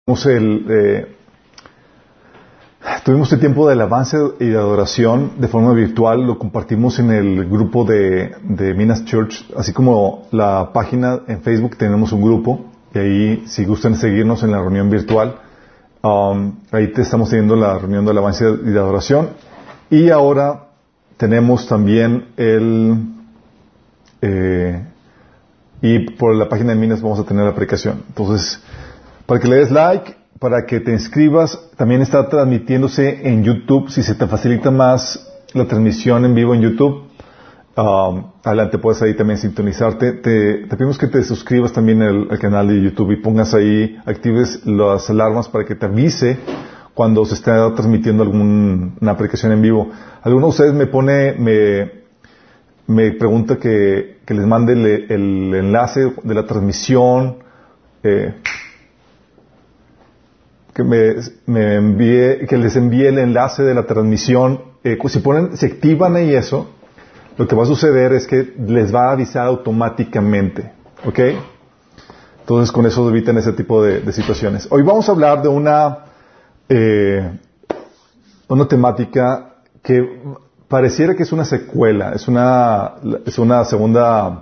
Tuvimos el tiempo de alabanza y de adoración de forma virtual, lo compartimos en el grupo de Minas Church, así como la página en Facebook tenemos un grupo, y ahí si gustan seguirnos en la reunión virtual, ahí estamos teniendo la reunión de alabanza y de adoración, y ahora tenemos también y por la página de Minas vamos a tener la predicación. Entonces, para que le des like, para que te inscribas, también está transmitiéndose en YouTube. Si se te facilita más la transmisión en vivo en YouTube, adelante, puedes ahí también sintonizarte. Te pedimos que te suscribas también al canal de YouTube y pongas ahí, actives las alarmas para que te avise cuando se esté transmitiendo una predicación en vivo. Alguno de ustedes me pregunta que les mande el enlace de la transmisión, que les envíe el enlace de la transmisión. Si activan ahí eso, lo que va a suceder es que les va a avisar automáticamente, ¿ok? Entonces con eso evitan ese tipo de situaciones. Hoy vamos a hablar de una temática que pareciera que es una secuela, es una segunda,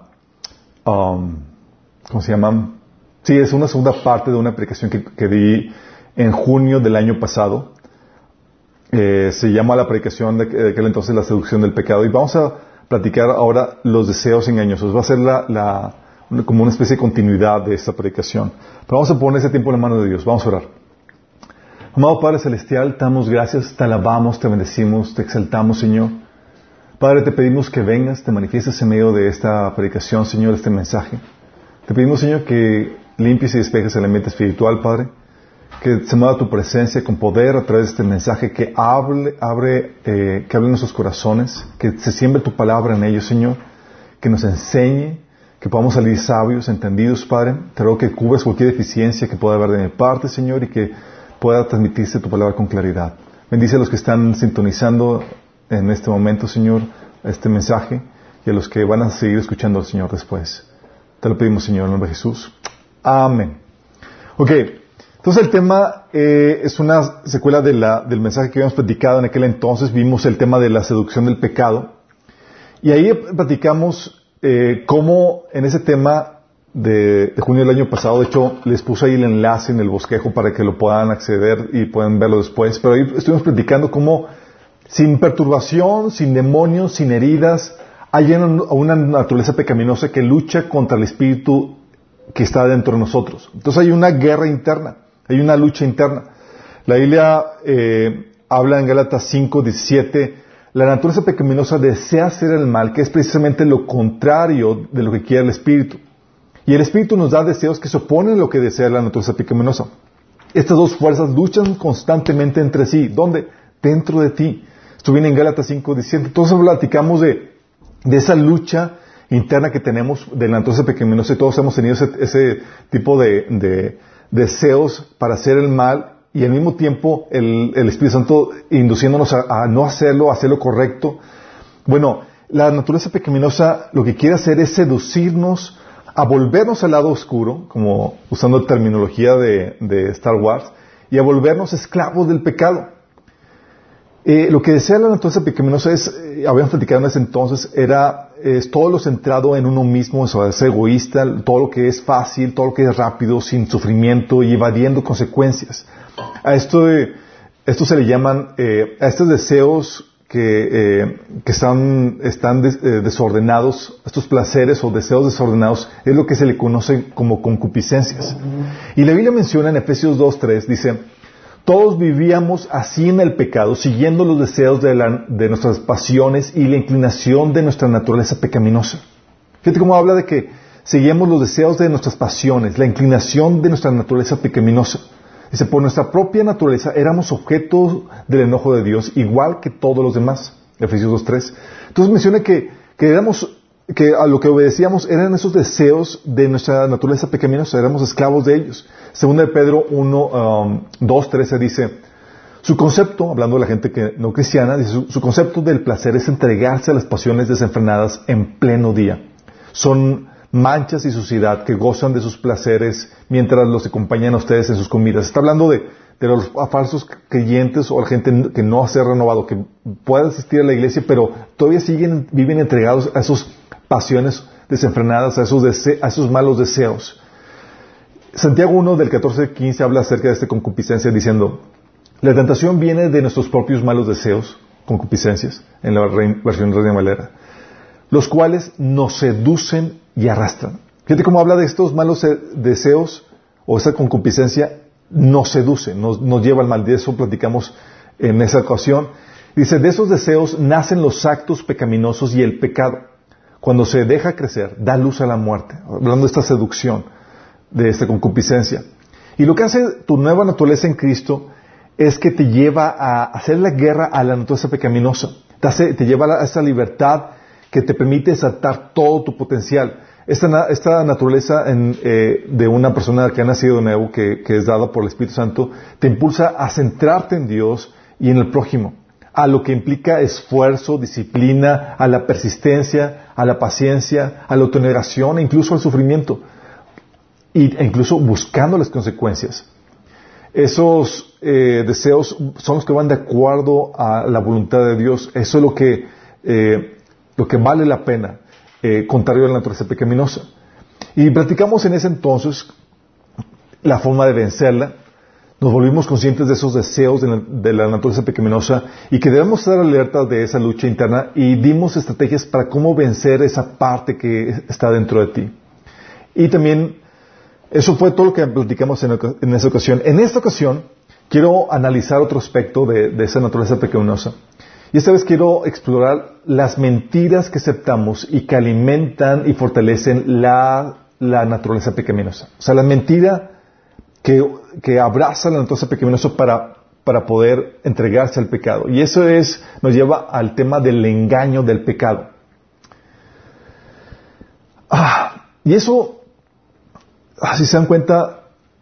¿cómo se llama? Sí, es una segunda parte de una predicación que di en junio del año pasado. Se llama la predicación de aquel entonces La seducción del pecado, y vamos a platicar ahora los deseos engañosos. Va a ser como una especie de continuidad de esta predicación. Pero vamos a poner ese tiempo en la mano de Dios. Vamos a orar. Amado Padre Celestial, te damos gracias, te alabamos, te bendecimos, te exaltamos, Señor. Padre, te pedimos que vengas, te manifiestes en medio de esta predicación, Señor, este mensaje. Te pedimos, Señor, que limpies y despejes el ambiente espiritual, Padre. Que se mueva tu presencia con poder a través de este mensaje, que hable en nuestros corazones, que se siembre tu palabra en ellos, Señor, que nos enseñe, que podamos salir sabios, entendidos, Padre. Te ruego que cubras cualquier deficiencia que pueda haber de mi parte, Señor, y que pueda transmitirse tu palabra con claridad. Bendice a los que están sintonizando en este momento, Señor, este mensaje, y a los que van a seguir escuchando al Señor después. Te lo pedimos, Señor, en el nombre de Jesús. Amén. Ok. Entonces el tema es una secuela del mensaje que habíamos platicado en aquel entonces. Vimos el tema de la seducción del pecado. Y ahí platicamos cómo en ese tema de junio del año pasado, de hecho les puse ahí el enlace en el bosquejo para que lo puedan acceder y puedan verlo después. Pero ahí estuvimos platicando cómo sin perturbación, sin demonios, sin heridas, hay una naturaleza pecaminosa que lucha contra el espíritu que está dentro de nosotros. Entonces hay una guerra interna. Hay una lucha interna. La Biblia habla en Gálatas 5:17, la naturaleza pecaminosa desea hacer el mal, que es precisamente lo contrario de lo que quiere el Espíritu. Y el Espíritu nos da deseos que se oponen a lo que desea la naturaleza pecaminosa. Estas dos fuerzas luchan constantemente entre sí. ¿Dónde? Dentro de ti. Esto viene en Gálatas 5:17. Entonces platicamos de esa lucha interna que tenemos de la naturaleza pecaminosa, y todos hemos tenido ese tipo de deseos para hacer el mal, y al mismo tiempo el Espíritu Santo induciéndonos a no hacerlo, a hacer lo correcto. Bueno, la naturaleza pecaminosa lo que quiere hacer es seducirnos a volvernos al lado oscuro, como usando terminología de Star Wars, y a volvernos esclavos del pecado. Lo que desea la naturaleza pecaminosa habíamos platicado en ese entonces, es todo lo centrado en uno mismo, eso, es egoísta, todo lo que es fácil, todo lo que es rápido, sin sufrimiento y evadiendo consecuencias. A esto se le llaman, a estos deseos que están desordenados, estos placeres o deseos desordenados, es lo que se le conoce como concupiscencias. Y la Biblia menciona en Efesios 2:3, dice: todos vivíamos así en el pecado, siguiendo los deseos de nuestras pasiones y la inclinación de nuestra naturaleza pecaminosa. Fíjate cómo habla de que seguíamos los deseos de nuestras pasiones, la inclinación de nuestra naturaleza pecaminosa. Dice, por nuestra propia naturaleza éramos objetos del enojo de Dios, igual que todos los demás. Efesios 2:3. Entonces menciona que a lo que obedecíamos eran esos deseos de nuestra naturaleza pecaminosa, éramos esclavos de ellos. Segunda de Pedro 2:13 dice, su concepto, hablando de la gente que no cristiana, dice, su concepto del placer es entregarse a las pasiones desenfrenadas en pleno día. Son manchas y suciedad, que gozan de sus placeres mientras los acompañan a ustedes en sus comidas. Está hablando de los falsos creyentes o la gente que no se ha renovado, que puede asistir a la iglesia, pero todavía viven entregados a esas pasiones desenfrenadas, a esos malos deseos. Santiago 1 del 14 al 15 habla acerca de esta concupiscencia diciendo: la tentación viene de nuestros propios malos deseos, concupiscencias, en la versión Reina Valera, los cuales nos seducen y arrastran. Fíjate cómo habla de estos malos deseos o esa concupiscencia nos seduce, nos lleva al mal. De eso platicamos en esa ocasión. Dice, de esos deseos nacen los actos pecaminosos y el pecado. Cuando se deja crecer, da luz a la muerte. Hablando de esta seducción, de esta concupiscencia. Y lo que hace tu nueva naturaleza en Cristo es que te lleva a hacer la guerra a la naturaleza pecaminosa. Te lleva a esa libertad que te permite desatar todo tu potencial. Esta naturaleza de una persona que ha nacido de nuevo, que es dada por el Espíritu Santo, te impulsa a centrarte en Dios y en el prójimo, a lo que implica esfuerzo, disciplina, a la persistencia, a la paciencia, a la autonegación e incluso al sufrimiento, e incluso buscando las consecuencias. Esos deseos son los que van de acuerdo a la voluntad de Dios. Eso es lo que vale la pena, contrario a la naturaleza pecaminosa. Y platicamos en ese entonces la forma de vencerla. Nos volvimos conscientes de esos deseos de la naturaleza pecaminosa y que debemos estar alertas de esa lucha interna, y dimos estrategias para cómo vencer esa parte que está dentro de ti. Y también eso fue todo lo que platicamos en esa ocasión. En esta ocasión quiero analizar otro aspecto de esa naturaleza pecaminosa. Y esta vez quiero explorar las mentiras que aceptamos y que alimentan y fortalecen la naturaleza pecaminosa. O sea, la mentira que abraza la naturaleza pecaminosa para poder entregarse al pecado. Y eso nos lleva al tema del engaño del pecado. Y eso, si se dan cuenta,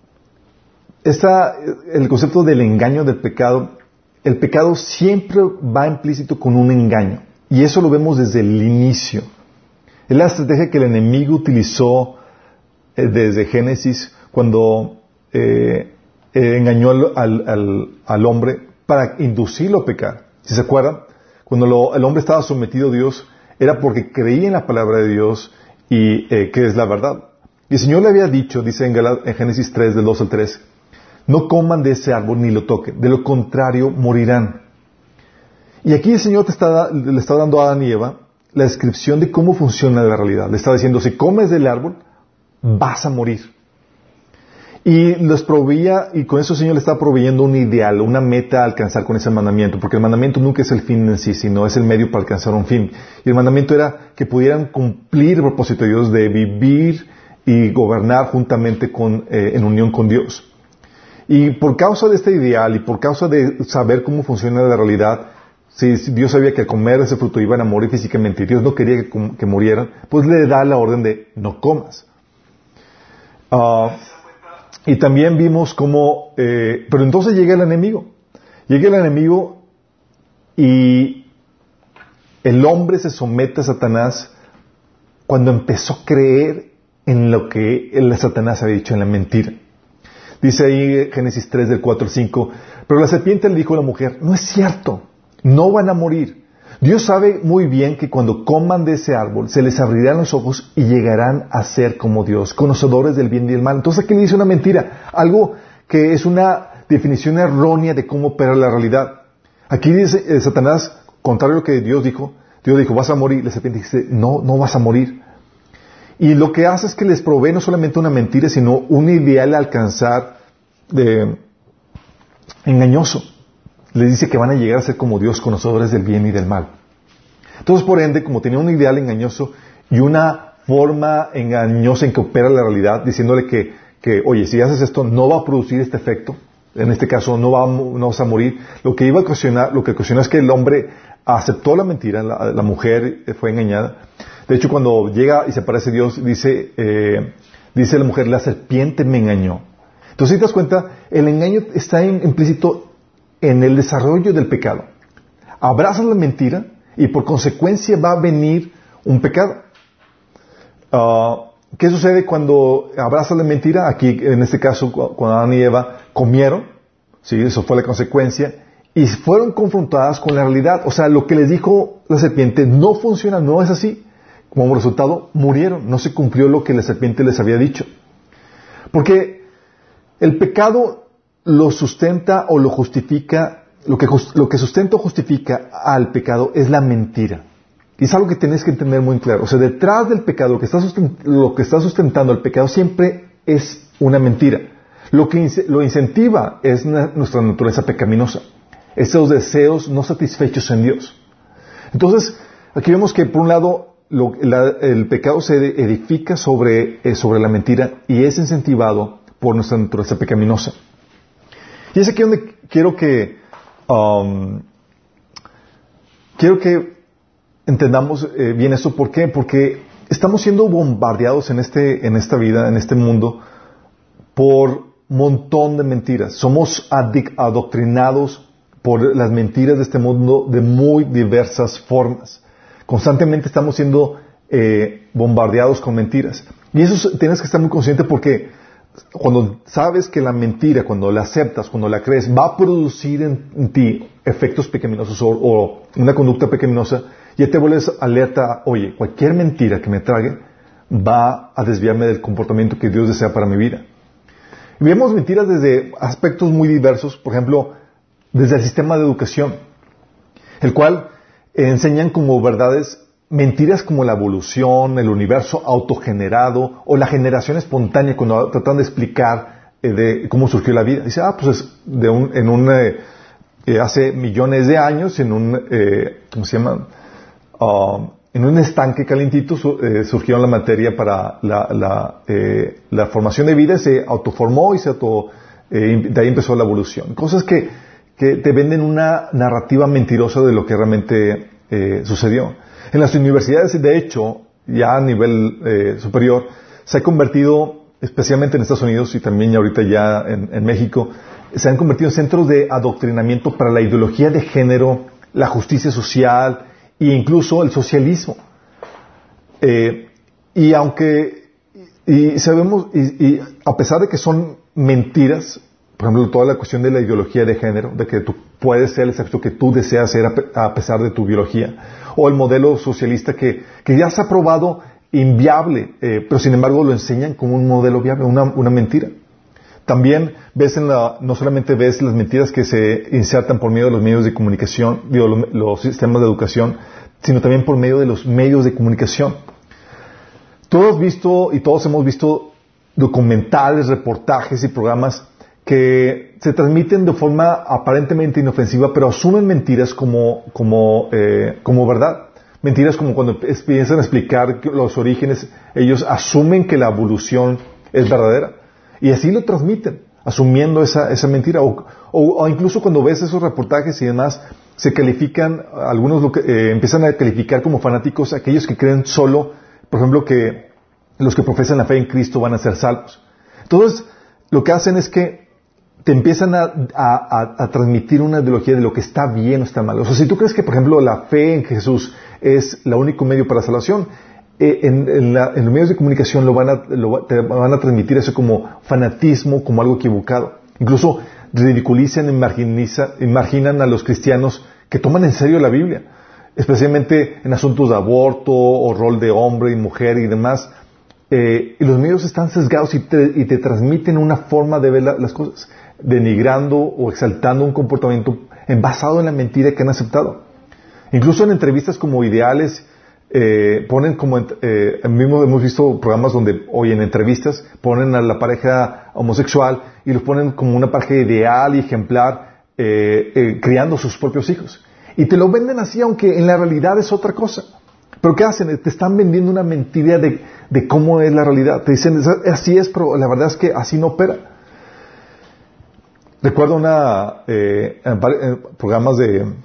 el concepto del engaño del pecado, el pecado siempre va implícito con un engaño. Y eso lo vemos desde el inicio. Es la estrategia que el enemigo utilizó desde Génesis cuando engañó al hombre para inducirlo a pecar. Si se acuerdan, cuando el hombre estaba sometido a Dios, era porque creía en la palabra de Dios y que es la verdad. Y el Señor le había dicho, dice en Génesis 3, del 2 al 3, no coman de ese árbol ni lo toquen, de lo contrario morirán. Y aquí el Señor le está dando a Adán y Eva la descripción de cómo funciona la realidad. Le está diciendo, si comes del árbol, vas a morir. Y les proveía, y con eso el Señor le está proveyendo un ideal, una meta a alcanzar con ese mandamiento, porque el mandamiento nunca es el fin en sí, sino es el medio para alcanzar un fin. Y el mandamiento era que pudieran cumplir el propósito de Dios de vivir y gobernar juntamente en unión con Dios. Y por causa de este ideal y por causa de saber cómo funciona la realidad, si Dios sabía que al comer ese fruto iban a morir físicamente y Dios no quería que murieran, pues le da la orden de no comas. Y también vimos cómo, pero entonces llega el enemigo. Llega el enemigo y el hombre se somete a Satanás cuando empezó a creer en lo que el Satanás había dicho, en la mentira. Dice ahí Génesis 3 del 4 al 5, pero la serpiente le dijo a la mujer, no es cierto, no van a morir. Dios sabe muy bien que cuando coman de ese árbol se les abrirán los ojos y llegarán a ser como Dios, conocedores del bien y del mal. Entonces aquí le dice una mentira, algo que es una definición errónea de cómo opera la realidad. Aquí dice Satanás, contrario a lo que Dios dijo, vas a morir. La serpiente dice, no vas a morir. Y lo que hace es que les provee no solamente una mentira, sino un ideal a alcanzar engañoso. Les dice que van a llegar a ser como Dios, conocedores del bien y del mal. Entonces, por ende, como tenía un ideal engañoso y una forma engañosa en que opera la realidad, diciéndole que oye, si haces esto no va a producir este efecto, en este caso no vas a morir, lo que ocasionó es que el hombre aceptó la mentira, la mujer fue engañada. De hecho, cuando llega y se aparece Dios, dice la mujer, la serpiente me engañó. Entonces, si te das cuenta, el engaño está implícito en el desarrollo del pecado. Abrazas la mentira y por consecuencia va a venir un pecado. ¿qué sucede cuando abrazas la mentira? Aquí, en este caso, cuando Adán y Eva comieron, ¿sí? Eso fue la consecuencia, y fueron confrontadas con la realidad. O sea, lo que les dijo la serpiente no funciona, no es así. Como resultado, murieron, no se cumplió lo que la serpiente les había dicho. Porque el pecado lo sustenta o lo justifica, lo que sustenta o justifica al pecado es la mentira. Y es algo que tienes que entender muy claro. O sea, detrás del pecado, lo que está sustentando el pecado siempre es una mentira. Lo que lo incentiva es nuestra naturaleza pecaminosa. Esos deseos no satisfechos en Dios. Entonces, aquí vemos que por un lado, el pecado se edifica sobre la mentira y es incentivado por nuestra naturaleza pecaminosa. Y es aquí donde quiero que entendamos bien eso. ¿Por qué? Porque estamos siendo bombardeados en esta vida, en este mundo, por un montón de mentiras. Somos adoctrinados por las mentiras de este mundo de muy diversas formas. Constantemente estamos siendo bombardeados con mentiras. Y eso tienes que estar muy consciente, porque cuando sabes que la mentira, cuando la aceptas, cuando la crees, va a producir en ti efectos pecaminosos o una conducta pecaminosa, ya te vuelves alerta. Oye, cualquier mentira que me trague va a desviarme del comportamiento que Dios desea para mi vida. Y vemos mentiras desde aspectos muy diversos. Por ejemplo, desde el sistema de educación, el cual enseñan como verdades mentiras como la evolución, el universo autogenerado o la generación espontánea, cuando tratan de explicar de cómo surgió la vida. Dice, pues es hace millones de años en ¿cómo se llama? En un estanque calentito surgió la materia para la formación de vida, se autoformó y de ahí empezó la evolución. Cosas que te venden una narrativa mentirosa de lo que realmente sucedió. En las universidades, de hecho, ya a nivel superior, se ha convertido, especialmente en Estados Unidos y también ahorita ya en México, se han convertido en centros de adoctrinamiento para la ideología de género, la justicia social e incluso el socialismo. Y a pesar de que son mentiras, por ejemplo, toda la cuestión de la ideología de género, de que tú puedes ser el sexo que tú deseas ser a pesar de tu biología, o el modelo socialista que ya se ha probado inviable, pero sin embargo lo enseñan como un modelo viable, una mentira. También ves no solamente ves las mentiras que se insertan por medio de los medios de comunicación, los sistemas de educación, sino también por medio de los medios de comunicación. Todos hemos visto documentales, reportajes y programas que se transmiten de forma aparentemente inofensiva, pero asumen mentiras como verdad. Mentiras como cuando piensan explicar los orígenes, ellos asumen que la evolución es verdadera. Y así lo transmiten, asumiendo esa mentira. O incluso cuando ves esos reportajes y demás, se califican, algunos empiezan a calificar como fanáticos aquellos que creen solo, por ejemplo, que los que profesan la fe en Cristo van a ser salvos. Entonces, lo que hacen es que te empiezan a transmitir una ideología de lo que está bien o está mal. O sea, si tú crees que, por ejemplo, la fe en Jesús es el único medio para la salvación, en los medios de comunicación te van a transmitir eso como fanatismo, como algo equivocado. Incluso ridiculizan, imaginan a los cristianos que toman en serio la Biblia, especialmente en asuntos de aborto o rol de hombre y mujer y demás. Y los medios están sesgados y te transmiten una forma de ver las cosas, denigrando o exaltando un comportamiento basado en la mentira que han aceptado. Incluso en entrevistas como Ideales, ponen como, mismo hemos visto programas donde hoy en entrevistas ponen a la pareja homosexual y los ponen como una pareja ideal y ejemplar, criando sus propios hijos. Y te lo venden así, aunque en la realidad es otra cosa. ¿Pero qué hacen? Te están vendiendo una mentira de cómo es la realidad. Te dicen, así es, pero la verdad es que así no opera. Recuerdo programas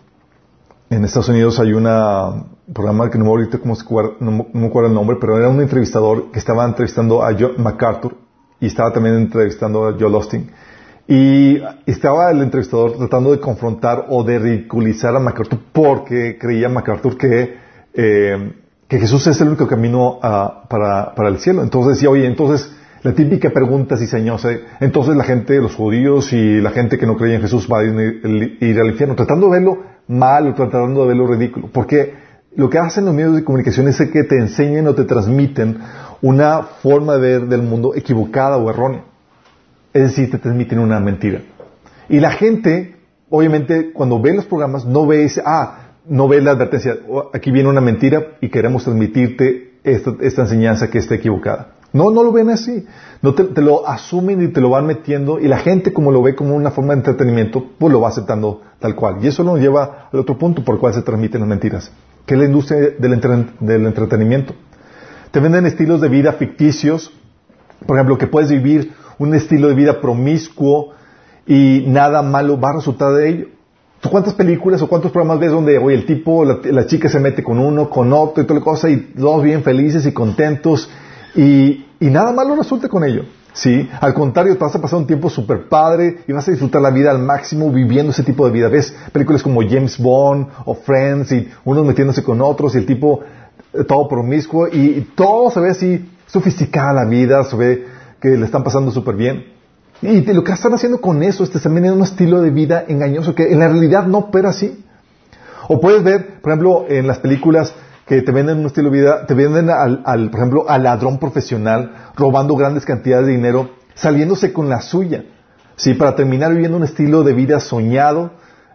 en Estados Unidos hay un programa que no me acuerdo el nombre, pero era un entrevistador que estaba entrevistando a John MacArthur y estaba también entrevistando a Joel Osteen. Y estaba el entrevistador tratando de confrontar o de ridiculizar a MacArthur porque creía MacArthur que que Jesús es el único camino para el cielo. Entonces decía, oye, entonces la típica pregunta cizañosa, entonces la gente, los judíos y la gente que no creía en Jesús va a ir al infierno, tratando de verlo mal o tratando de verlo ridículo. Porque lo que hacen los medios de comunicación es que te enseñen o te transmiten una forma de ver del mundo equivocada o errónea. Es decir, te transmiten una mentira. Y la gente, obviamente, cuando ve los programas, no ve no ve la advertencia, aquí viene una mentira y queremos transmitirte esta enseñanza que está equivocada. No lo ven así. No te lo asumen y te lo van metiendo, y la gente, como lo ve como una forma de entretenimiento, pues lo va aceptando tal cual. Y eso nos lleva al otro punto por el cual se transmiten las mentiras, que es la industria del entretenimiento. Te venden estilos de vida ficticios, por ejemplo, que puedes vivir un estilo de vida promiscuo y nada malo va a resultar de ello. ¿Tú cuántas películas o cuántos programas ves donde, oye, el tipo, la chica se mete con uno, con otro y toda la cosa, y todos bien felices y contentos, y nada malo resulta con ello? ¿Sí? Al contrario, te vas a pasar un tiempo súper padre y vas a disfrutar la vida al máximo viviendo ese tipo de vida. Ves películas como James Bond o Friends, y unos metiéndose con otros, y el tipo todo promiscuo, y todo se ve así sofisticada la vida, se ve que le están pasando súper bien. Y lo que están haciendo con eso es también un estilo de vida engañoso que en la realidad no opera así. O puedes ver, por ejemplo, en las películas que te venden un estilo de vida, te venden por ejemplo, al ladrón profesional robando grandes cantidades de dinero, saliéndose con la suya, ¿sí? Para terminar viviendo un estilo de vida soñado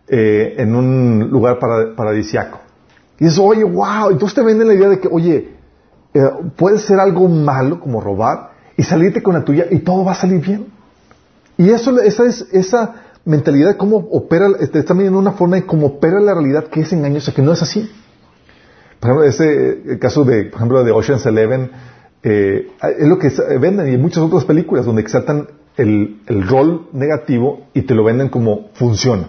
en un lugar paradisíaco. Y dices, oye, wow, entonces te venden la idea de que, oye, puede ser algo malo como robar y salirte con la tuya y todo va a salir bien. Y esa mentalidad de cómo opera, te está midiendo una forma de cómo opera la realidad que es engañosa, que no es así. Por ejemplo, el caso de, por ejemplo, de Ocean's Eleven, es lo que venden, y hay muchas otras películas donde exaltan el rol negativo y te lo venden como funciona.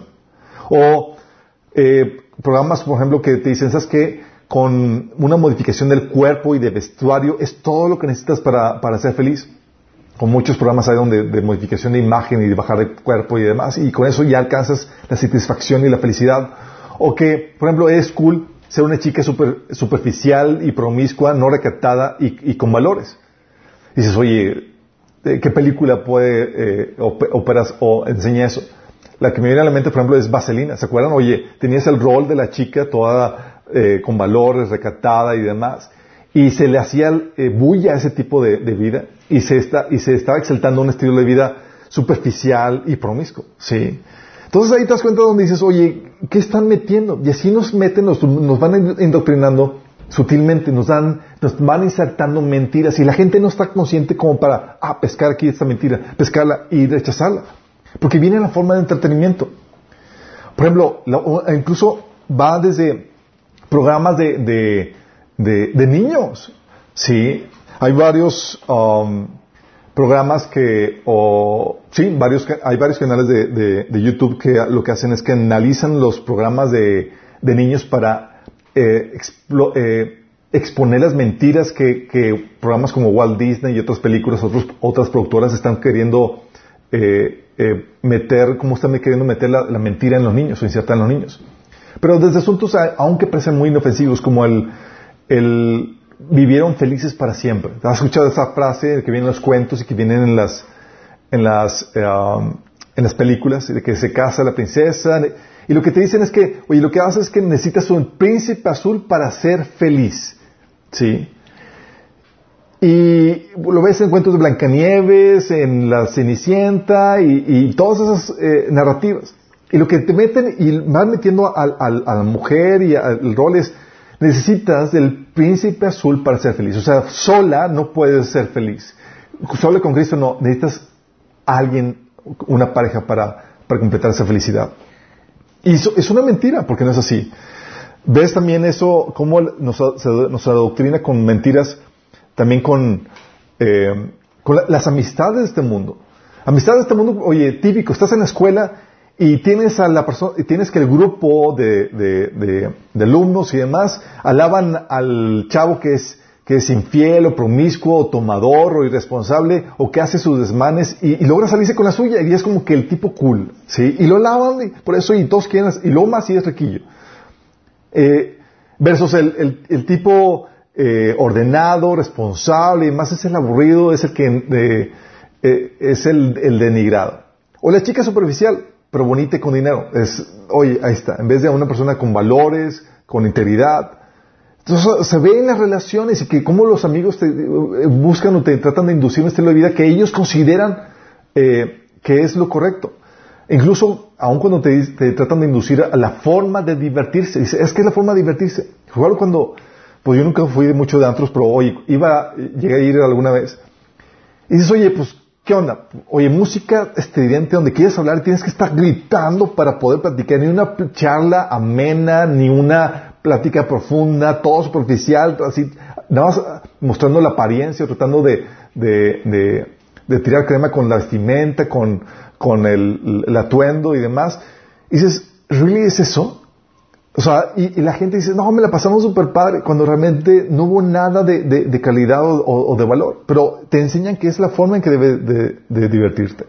O programas, por ejemplo, que te dicen, ¿sabes qué? Con una modificación del cuerpo y de vestuario es todo lo que necesitas para ser feliz. Con muchos programas hay de modificación de imagen y de bajar de cuerpo y demás, y con eso ya alcanzas la satisfacción y la felicidad. O que, por ejemplo, es cool ser una chica superficial y promiscua, no recatada y con valores. Y dices, oye, ¿qué película operas o enseña eso? La que me viene a la mente, por ejemplo, es Vaselina. ¿Se acuerdan? Oye, tenías el rol de la chica toda con valores, recatada y demás, y se le hacía bulla a ese tipo de vida, y se estaba exaltando un estilo de vida superficial y promiscuo, ¿sí? Entonces ahí te das cuenta donde dices, oye, ¿qué están metiendo? Y así nos meten, nos van indoctrinando sutilmente, nos van insertando mentiras, y la gente no está consciente como para, pescar aquí esta mentira, pescarla y rechazarla, porque viene en la forma de entretenimiento. Por ejemplo, incluso va desde programas de niños, ¿sí? Hay varios programas hay varios canales de YouTube que lo que hacen es que analizan los programas de niños para exponer las mentiras que programas como Walt Disney y otras películas, otras productoras están queriendo cómo están queriendo meter la mentira en los niños o insertar en los niños. Pero desde asuntos, aunque parecen muy inofensivos, como el vivieron felices para siempre. ¿Has escuchado esa frase que viene en los cuentos y que vienen en las películas, de que se casa la princesa? Y lo que te dicen es que, oye, lo que haces es que necesitas un príncipe azul para ser feliz, ¿sí? Y lo ves en cuentos de Blancanieves, en la Cenicienta y todas esas narrativas. Y lo que te meten y van metiendo a la mujer y al rol es, necesitas del príncipe azul para ser feliz. O sea, sola no puedes ser feliz. Sola con Cristo no. Necesitas a alguien, una pareja para completar esa felicidad. Y eso es una mentira, porque no es así. Ves también eso, cómo nos adoctrina con mentiras, también con las amistades de este mundo. Amistades de este mundo, oye, típico, estás en la escuela y tienes a la persona, tienes que el grupo de alumnos y demás alaban al chavo que es infiel o promiscuo o tomador o irresponsable o que hace sus desmanes y logra salirse con la suya y es como que el tipo cool, ¿sí? Y lo alaban por eso y todos quieren, y luego más si es riquillo. Versus el tipo ordenado, responsable, y más es el aburrido, es el que es el denigrado. O la chica superficial, pero bonita y con dinero. Oye, ahí está, en vez de una persona con valores, con integridad. Entonces se ve en las relaciones y que cómo los amigos te buscan o te tratan de inducir un estilo de vida que ellos consideran que es lo correcto. Incluso, aun cuando te tratan de inducir a la forma de divertirse, dice, es que es la forma de divertirse. Igual cuando, pues yo nunca fui mucho de antros, pero oye, llegué a ir alguna vez. Y dices, oye, pues, ¿qué onda? Oye, música estridente donde quieres hablar y tienes que estar gritando para poder platicar. Ni una charla amena, ni una plática profunda, todo superficial, así, nada más mostrando la apariencia, tratando de tirar crema con la vestimenta, con el atuendo y demás. Y dices, ¿really es eso? O sea, y la gente dice, no, me la pasamos súper padre, cuando realmente no hubo nada de calidad o de valor. Pero te enseñan que es la forma en que debes de divertirte.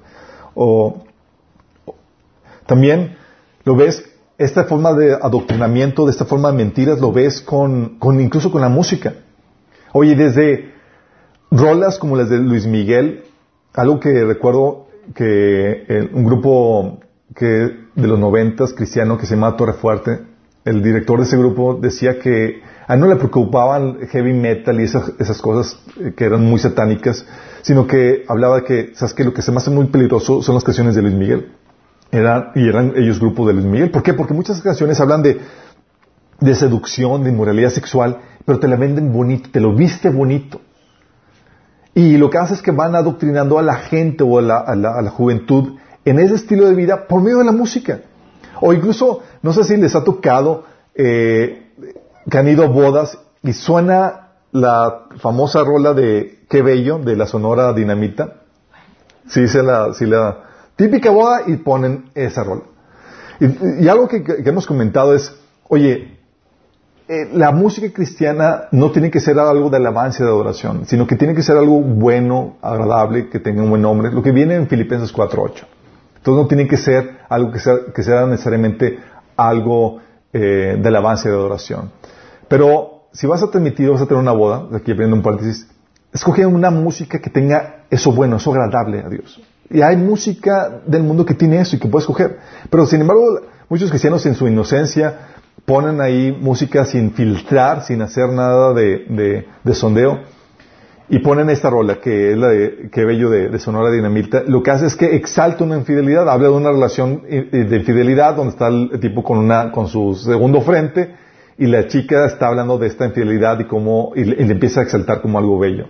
También lo ves, esta forma de adoctrinamiento, de esta forma de mentiras, lo ves incluso con la música. Oye, desde rolas como las de Luis Miguel, algo que recuerdo que un grupo de los 90s cristiano que se llama Torre Fuerte, el director de ese grupo decía que a él no le preocupaban el heavy metal y esas cosas que eran muy satánicas, sino que hablaba de que, ¿sabes qué? Lo que se me hace muy peligroso son las canciones de Luis Miguel. Eran ellos grupo de Luis Miguel. ¿Por qué? Porque muchas canciones hablan de seducción, de inmoralidad sexual, pero te la venden bonito, te lo viste bonito. Y lo que hace es que van adoctrinando a la gente o a la juventud en ese estilo de vida por medio de la música. O incluso, no sé si les ha tocado que han ido a bodas y suena la famosa rola de Qué Bello, de la Sonora Dinamita. Sí, la típica boda y ponen esa rola. Y algo que hemos comentado es, oye, la música cristiana no tiene que ser algo de alabanza y de adoración, sino que tiene que ser algo bueno, agradable, que tenga un buen nombre, lo que viene en Filipenses 4:8. Entonces no tiene que ser algo que sea necesariamente algo de alabanza y de adoración. Pero si vas a tener una boda, aquí abriendo un paréntesis, escoge una música que tenga eso bueno, eso agradable a Dios. Y hay música del mundo que tiene eso y que puedes escoger. Pero sin embargo, muchos cristianos en su inocencia ponen ahí música sin filtrar, sin hacer nada de sondeo, y ponen esta rola, que es la de Qué Bello de Sonora Dinamita. Lo que hace es que exalta una infidelidad, habla de una relación de infidelidad, donde está el tipo con su segundo frente, y la chica está hablando de esta infidelidad y le empieza a exaltar como algo bello.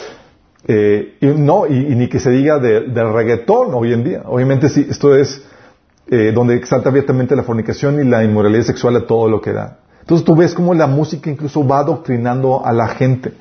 Y ni que se diga del reggaetón hoy en día. Obviamente sí, esto es donde exalta abiertamente la fornicación y la inmoralidad sexual a todo lo que da. Entonces tú ves cómo la música incluso va adoctrinando a la gente.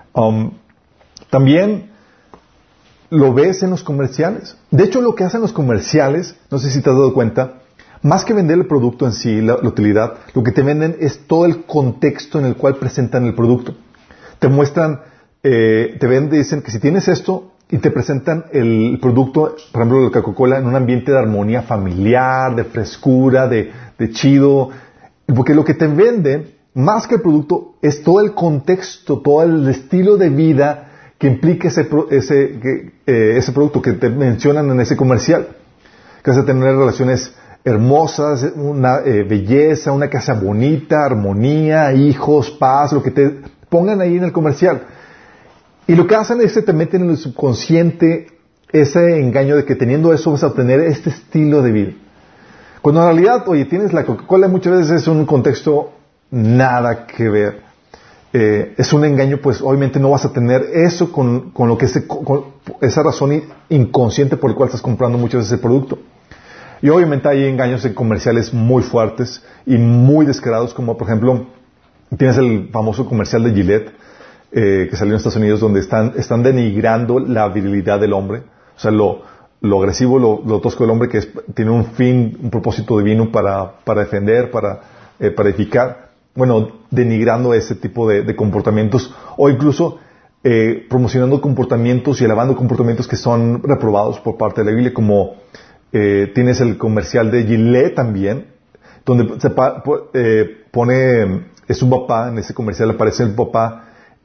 También lo ves en los comerciales. De hecho, lo que hacen los comerciales, no sé si te has dado cuenta, más que vender el producto en sí, la utilidad, lo que te venden es todo el contexto en el cual presentan el producto. Te muestran, te venden, dicen que si tienes esto, y te presentan el producto, por ejemplo, de Coca-Cola, en un ambiente de armonía familiar, de frescura, de chido, porque lo que te venden, más que el producto, es todo el contexto, todo el estilo de vida que implica ese producto que te mencionan en ese comercial. Que vas a tener relaciones hermosas, una belleza, una casa bonita, armonía, hijos, paz, lo que te pongan ahí en el comercial. Y lo que hacen es que te meten en el subconsciente ese engaño de que teniendo eso vas a obtener este estilo de vida. Cuando en realidad, oye, tienes la Coca-Cola, muchas veces es un contexto nada que ver. Es un engaño, pues obviamente no vas a tener eso con lo que con esa razón inconsciente por la cual estás comprando muchas veces el producto. Y obviamente hay engaños en comerciales muy fuertes y muy descarados, como por ejemplo, tienes el famoso comercial de Gillette, que salió en Estados Unidos, donde están denigrando la virilidad del hombre. O sea, lo agresivo, lo tosco del hombre, que tiene un propósito divino para defender, para edificar. Bueno, denigrando ese tipo de comportamientos, o incluso promocionando comportamientos y alabando comportamientos que son reprobados por parte de la Biblia, como tienes el comercial de Gillette también, donde se pone, es un papá, en ese comercial aparece el papá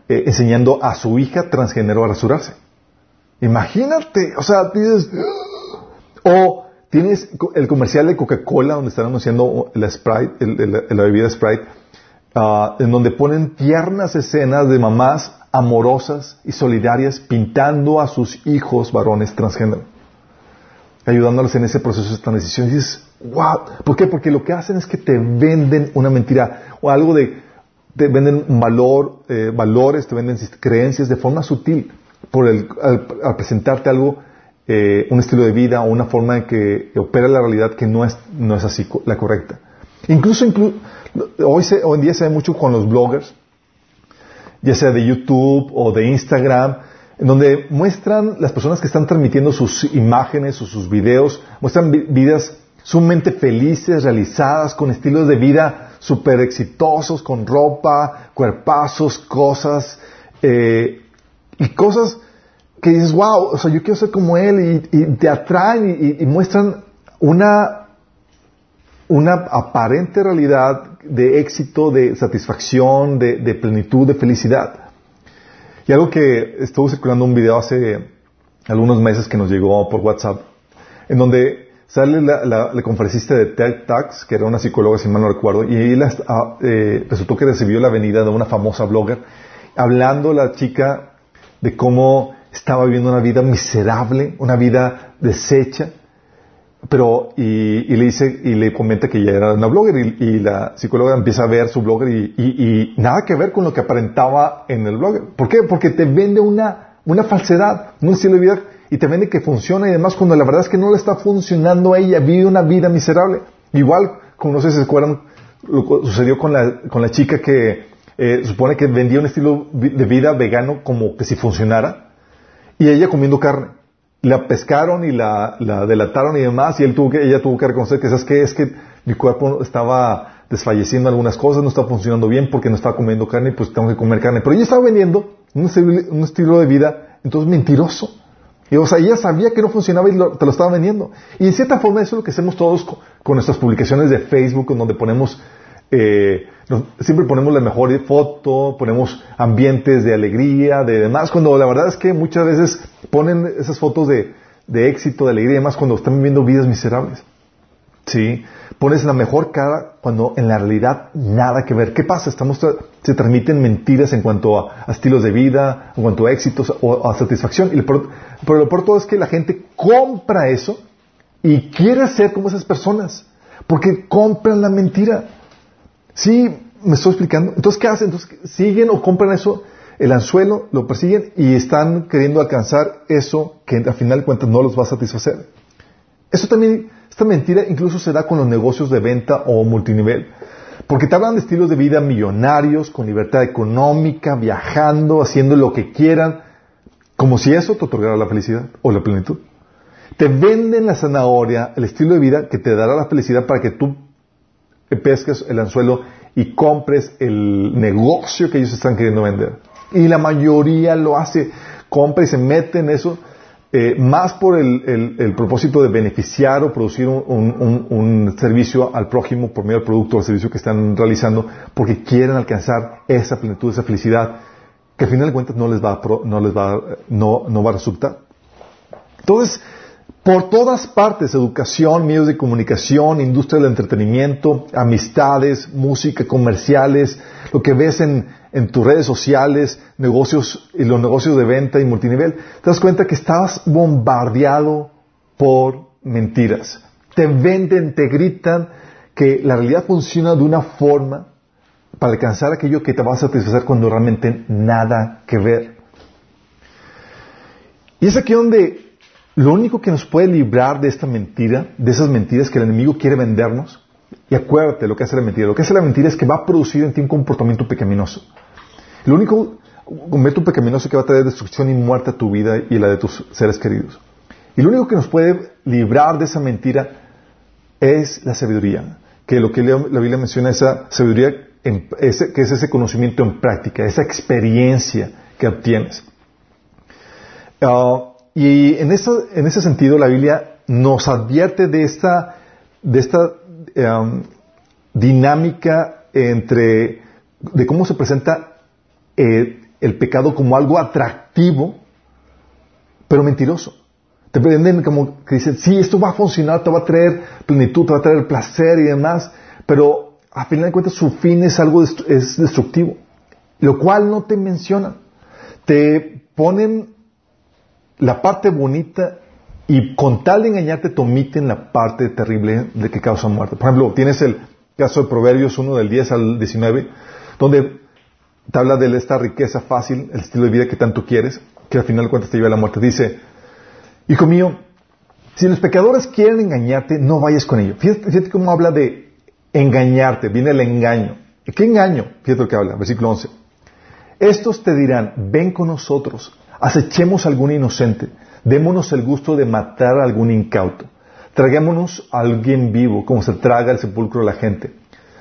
enseñando a su hija transgénero a rasurarse. Imagínate, o sea, dices... O tienes el comercial de Coca-Cola donde están anunciando la Sprite, la bebida Sprite, en donde ponen tiernas escenas de mamás amorosas y solidarias pintando a sus hijos varones transgénero, ayudándoles en ese proceso de transición. Y dices, wow, ¿por qué? Porque lo que hacen es que te venden una mentira o algo te venden un valor, valores, te venden creencias de forma sutil al presentarte algo, un estilo de vida o una forma en que opera la realidad que no es así la correcta. Incluso hoy en día se ve mucho con los bloggers, ya sea de YouTube o de Instagram, en donde muestran las personas que están transmitiendo sus imágenes o sus videos, muestran vidas sumamente felices, realizadas, con estilos de vida súper exitosos, con ropa, cuerpazos, cosas, y cosas que dices, wow, o sea, yo quiero ser como él, y te atraen y muestran una aparente realidad de éxito, de satisfacción, de plenitud, de felicidad. Y algo que estuvo circulando un video hace algunos meses que nos llegó por WhatsApp, en donde sale la conferencista de TED Talks, que era una psicóloga, si mal no recuerdo, y ahí resultó que recibió la venida de una famosa blogger, hablando la chica de cómo estaba viviendo una vida miserable, una vida deshecha, y le comenta que ella era una blogger, y la psicóloga empieza a ver su blogger y nada que ver con lo que aparentaba en el blogger. ¿Por qué? Porque te vende una falsedad, un estilo de vida, y te vende que funciona y demás, cuando la verdad es que no le está funcionando a ella, vive una vida miserable. Igual, como no sé si se acuerdan, lo que sucedió con la chica que supone que vendía un estilo de vida vegano como que si funcionara, y ella comiendo carne. La pescaron y la delataron y demás, y ella tuvo que reconocer que, ¿sabes qué? Es que mi cuerpo estaba desfalleciendo algunas cosas, no estaba funcionando bien porque no estaba comiendo carne, y pues tengo que comer carne. Pero ella estaba vendiendo un estilo de vida, entonces mentiroso. Y, o sea, ella sabía que no funcionaba y te lo estaba vendiendo. Y en cierta forma eso es lo que hacemos todos con nuestras publicaciones de Facebook, en donde ponemos... siempre ponemos la mejor foto, ponemos ambientes de alegría, de demás, cuando la verdad es que muchas veces ponen esas fotos de éxito, de alegría y demás, cuando están viviendo vidas miserables. ¿Sí? Pones la mejor cara cuando en la realidad nada que ver. ¿Qué pasa? Se transmiten mentiras en cuanto a estilos de vida, en cuanto a éxitos o a satisfacción. Pero lo peor todo es que la gente compra eso y quiere ser como esas personas, porque compran la mentira. Sí, me estoy explicando. Entonces, ¿qué hacen? Entonces, siguen o compran eso, el anzuelo, lo persiguen y están queriendo alcanzar eso que al final de cuentas no los va a satisfacer. Eso también, esta mentira incluso se da con los negocios de venta o multinivel. Porque te hablan de estilos de vida millonarios, con libertad económica, viajando, haciendo lo que quieran, como si eso te otorgara la felicidad o la plenitud. Te venden la zanahoria, el estilo de vida que te dará la felicidad para que tú pesques el anzuelo y compres el negocio que ellos están queriendo vender. Y la mayoría lo hace, compra y se mete en eso, más por el propósito de beneficiar o producir un servicio al prójimo por medio del producto o servicio que están realizando, porque quieren alcanzar esa plenitud, esa felicidad, que al final de cuentas no va a resultar. Entonces, por todas partes, educación, medios de comunicación, industria del entretenimiento, amistades, música, comerciales, lo que ves en tus redes sociales, negocios y los negocios de venta y multinivel, te das cuenta que estás bombardeado por mentiras. Te venden, te gritan que la realidad funciona de una forma para alcanzar aquello que te va a satisfacer cuando realmente nada que ver. Y es aquí donde lo único que nos puede librar de esta mentira, de esas mentiras que el enemigo quiere vendernos, y acuérdate lo que hace la mentira. Lo que hace la mentira es que va a producir en ti un comportamiento pecaminoso. Lo único comportamiento pecaminoso que va a traer destrucción y muerte a tu vida y la de tus seres queridos. Y lo único que nos puede librar de esa mentira es la sabiduría. Que lo que la Biblia menciona, esa sabiduría, que es ese conocimiento en práctica, esa experiencia que obtienes. Y en ese sentido la Biblia nos advierte de esta dinámica de cómo se presenta el pecado como algo atractivo, pero mentiroso. Te venden como que dicen, sí, esto va a funcionar, te va a traer plenitud, te va a traer placer y demás, pero a final de cuentas su fin es algo es destructivo, lo cual no te mencionan. Te ponen la parte bonita y con tal de engañarte te omiten la parte terrible de que causa muerte. Por ejemplo, tienes el caso de Proverbios 1 del 10 al 19, donde te habla de esta riqueza fácil, el estilo de vida que tanto quieres, que al final de cuentas te lleva a la muerte. Dice, hijo mío, si los pecadores quieren engañarte, no vayas con ellos. Fíjate cómo habla de engañarte, viene el engaño. ¿Qué engaño? Fíjate lo que habla, versículo 11. Estos te dirán, ven con nosotros, acechemos a algún inocente, démonos el gusto de matar a algún incauto, traguémonos a alguien vivo, como se traga el sepulcro de la gente,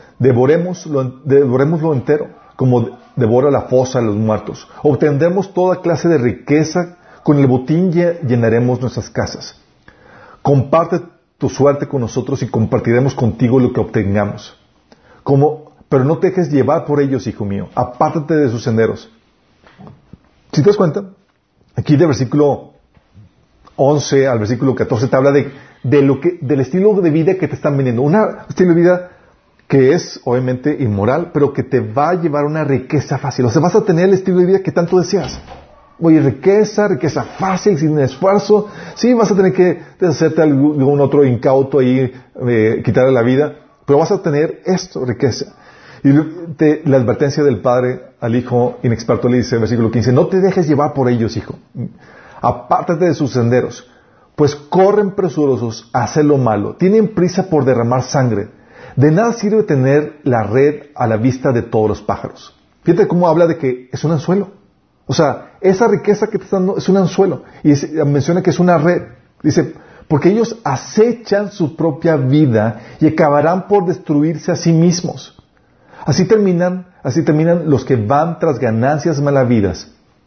devorémoslo entero, como devora la fosa a los muertos, obtendremos toda clase de riqueza, con el botín llenaremos nuestras casas. Comparte tu suerte con nosotros y compartiremos contigo lo que obtengamos. Pero no te dejes llevar por ellos, hijo mío. Apártate de sus senderos. Si te das cuenta, aquí del versículo 11 al versículo 14 te habla del estilo de vida que te están vendiendo. Un estilo de vida que es obviamente inmoral, pero que te va a llevar a una riqueza fácil. O sea, vas a tener el estilo de vida que tanto deseas. Oye, riqueza fácil, sin esfuerzo. Sí, vas a tener que deshacerte algún otro incauto ahí, quitarle la vida, pero vas a tener esto, riqueza. Y la advertencia del padre al hijo inexperto le dice, versículo 15, no te dejes llevar por ellos, hijo. Apártate de sus senderos, pues corren presurosos a hacer lo malo. Tienen prisa por derramar sangre. De nada sirve tener la red a la vista de todos los pájaros. Fíjate cómo habla de que es un anzuelo. O sea, esa riqueza que te están dando es un anzuelo. Y menciona que es una red. Dice, porque ellos acechan su propia vida y acabarán por destruirse a sí mismos. Así terminan los que van tras ganancias malavidas.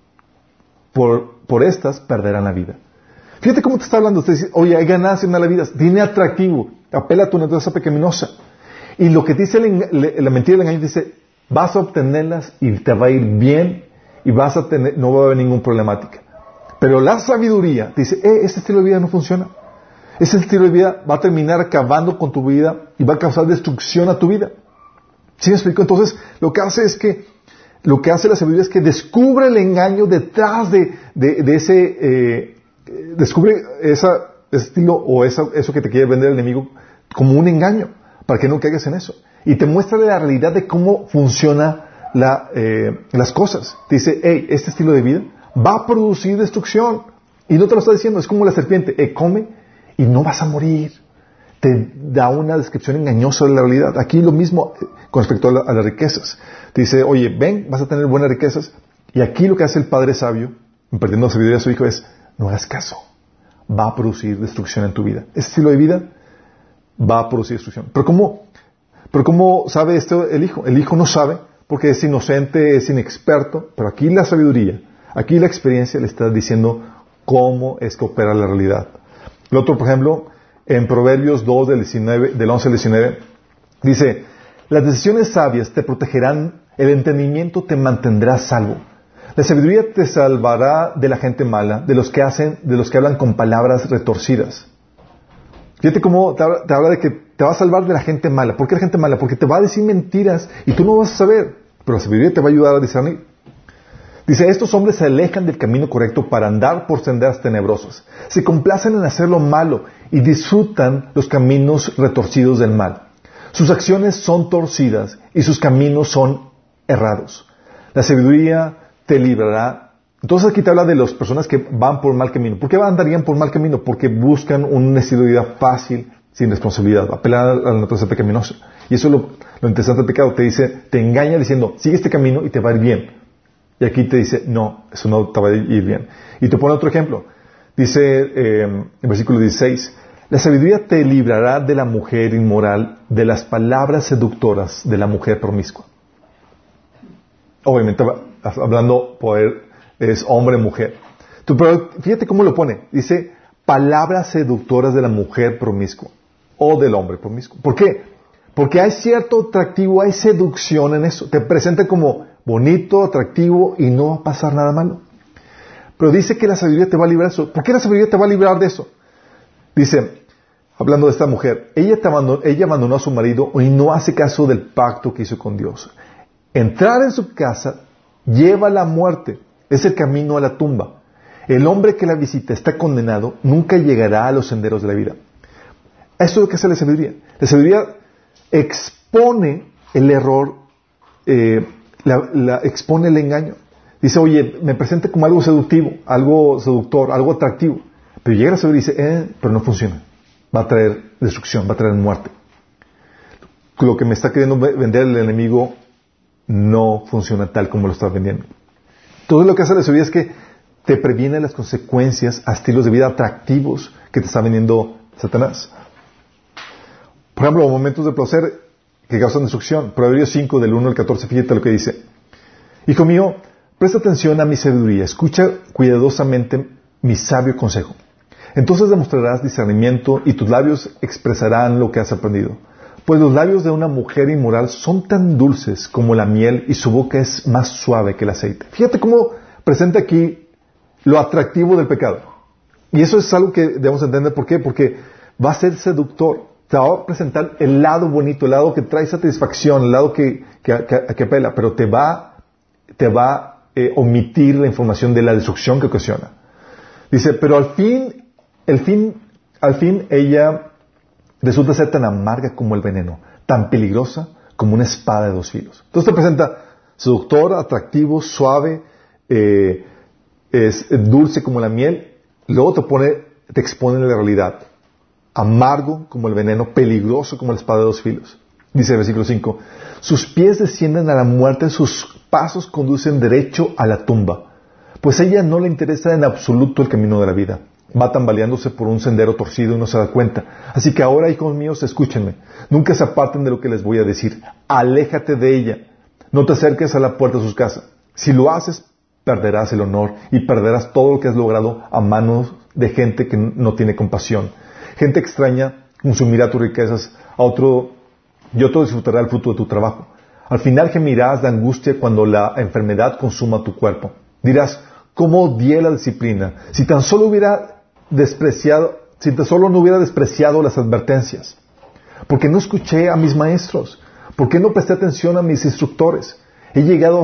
Por estas perderán la vida. Fíjate cómo te está hablando. Usted dice, oye, hay ganancias malavidas. Tiene atractivo. Apela a tu naturaleza pecaminosa. Y lo que dice la mentira del engaño dice, vas a obtenerlas y te va a ir bien y no va a haber ninguna problemática. Pero la sabiduría dice, ese estilo de vida no funciona. Ese estilo de vida va a terminar acabando con tu vida y va a causar destrucción a tu vida. ¿Sí me explico? Entonces, lo que hace la sabiduría es que descubre el engaño detrás de ese, descubre ese estilo o eso que te quiere vender el enemigo como un engaño, para que no caigas en eso. Y te muestra la realidad de cómo funciona las cosas. Te dice, este estilo de vida va a producir destrucción. Y no te lo está diciendo, es como la serpiente, come y no vas a morir. Te da una descripción engañosa de la realidad. Aquí lo mismo con respecto a las riquezas. Te dice, oye, ven, vas a tener buenas riquezas. Y aquí lo que hace el padre sabio, impartiendo sabiduría a su hijo, es, no hagas caso. Va a producir destrucción en tu vida. Ese estilo de vida va a producir destrucción. Pero ¿cómo sabe esto el hijo? El hijo no sabe porque es inocente, es inexperto, pero aquí la sabiduría, aquí la experiencia le está diciendo cómo es que opera la realidad. El otro, por ejemplo, en Proverbios 2 del 11 al 19, dice, las decisiones sabias te protegerán, el entendimiento te mantendrá salvo. La sabiduría te salvará de la gente mala, de los que hablan con palabras retorcidas. Fíjate cómo te habla de que te va a salvar de la gente mala. ¿Por qué la gente mala? Porque te va a decir mentiras y tú no vas a saber. Pero la sabiduría te va a ayudar a discernir. Dice, estos hombres se alejan del camino correcto para andar por senderas tenebrosas. Se complacen en hacer lo malo y disfrutan los caminos retorcidos del mal. Sus acciones son torcidas y sus caminos son errados. La sabiduría te librará. Entonces aquí te habla de las personas que van por mal camino. ¿Por qué andarían por mal camino? Porque buscan un estilo de vida fácil, sin responsabilidad, apelar a la naturaleza pecaminosa. Y eso es lo interesante del pecado. Te engaña diciendo, sigue este camino y te va a ir bien. Y aquí te dice, no, eso no te va a ir bien. Y te pone otro ejemplo. Dice en versículo 16, la sabiduría te librará de la mujer inmoral, de las palabras seductoras de la mujer promiscua. Obviamente, hablando es hombre, mujer. Pero fíjate cómo lo pone. Dice, palabras seductoras de la mujer promiscua o del hombre promiscuo. ¿Por qué? Porque hay cierto atractivo, hay seducción en eso. Te presenta como bonito, atractivo y no va a pasar nada malo. Pero dice que la sabiduría te va a librar de eso. ¿Por qué la sabiduría te va a librar de eso? Dice, hablando de esta mujer, ella abandonó a su marido y no hace caso del pacto que hizo con Dios. Entrar en su casa lleva a la muerte, es el camino a la tumba. El hombre que la visita está condenado, nunca llegará a los senderos de la vida. Esto es lo que hace la sabiduría. La sabiduría expone el error, expone el engaño. Dice, oye, me presenta como algo seductivo, algo seductor, algo atractivo. Pero llega la sabiduría y dice, pero no funciona. Va a traer destrucción, va a traer muerte. Lo que me está queriendo vender el enemigo no funciona tal como lo está vendiendo. Todo lo que hace la sabiduría es que te previene las consecuencias a estilos de vida atractivos que te está vendiendo Satanás. Por ejemplo, momentos de placer que causan destrucción. Proverbios 5, del 1 al 14, fíjate lo que dice. Hijo mío, presta atención a mi sabiduría, escucha cuidadosamente mi sabio consejo. Entonces demostrarás discernimiento y tus labios expresarán lo que has aprendido. Pues los labios de una mujer inmoral son tan dulces como la miel y su boca es más suave que el aceite. Fíjate cómo presenta aquí lo atractivo del pecado. Y eso es algo que debemos entender. ¿Por qué? Porque va a ser seductor. Te va a presentar el lado bonito, el lado que trae satisfacción, el lado que apela, pero te va a omitir la información de la destrucción que ocasiona. Dice, pero al fin ella resulta ser tan amarga como el veneno, tan peligrosa como una espada de dos filos. Entonces te presenta seductor, atractivo, suave, es dulce como la miel, luego te expone la realidad, amargo como el veneno, peligroso como la espada de dos filos. Dice el versículo 5, sus pies descienden a la muerte, sus pasos conducen derecho a la tumba, pues a ella no le interesa en absoluto el camino de la vida, va tambaleándose por un sendero torcido y no se da cuenta. Así que ahora, hijos míos, escúchenme, nunca se aparten de lo que les voy a decir, aléjate de ella, no te acerques a la puerta de sus casas, si lo haces, perderás el honor y perderás todo lo que has logrado a manos de gente que no tiene compasión. Gente extraña consumirá tus riquezas, y otro disfrutará el fruto de tu trabajo. Al final gemirás de angustia cuando la enfermedad consuma tu cuerpo. Dirás, ¿cómo odié la disciplina? Si tan solo no hubiera despreciado las advertencias. ¿Por qué no escuché a mis maestros? ¿Por qué no presté atención a mis instructores? He llegado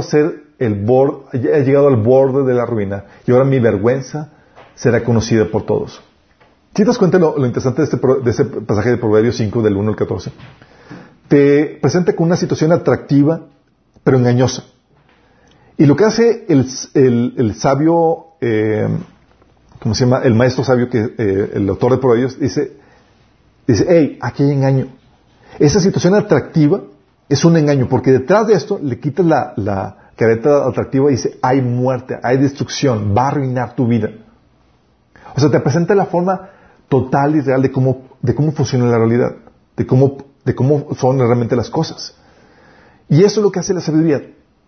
al borde de la ruina y ahora mi vergüenza será conocida por todos. ¿Sí te das cuenta lo interesante de este pasaje de Proverbios 5 del 1 al 14? Te presenta con una situación atractiva pero engañosa. Y lo que hace el sabio, ¿cómo se llama? El maestro sabio, el autor de Proverbios, dice, hey, aquí hay engaño. Esa situación atractiva es un engaño, porque detrás de esto le quitas la careta atractiva y dice, hay muerte, hay destrucción, va a arruinar tu vida. O sea, te presenta la forma total y real de cómo funciona la realidad, de cómo son realmente las cosas. Y eso es lo que hace la sabiduría.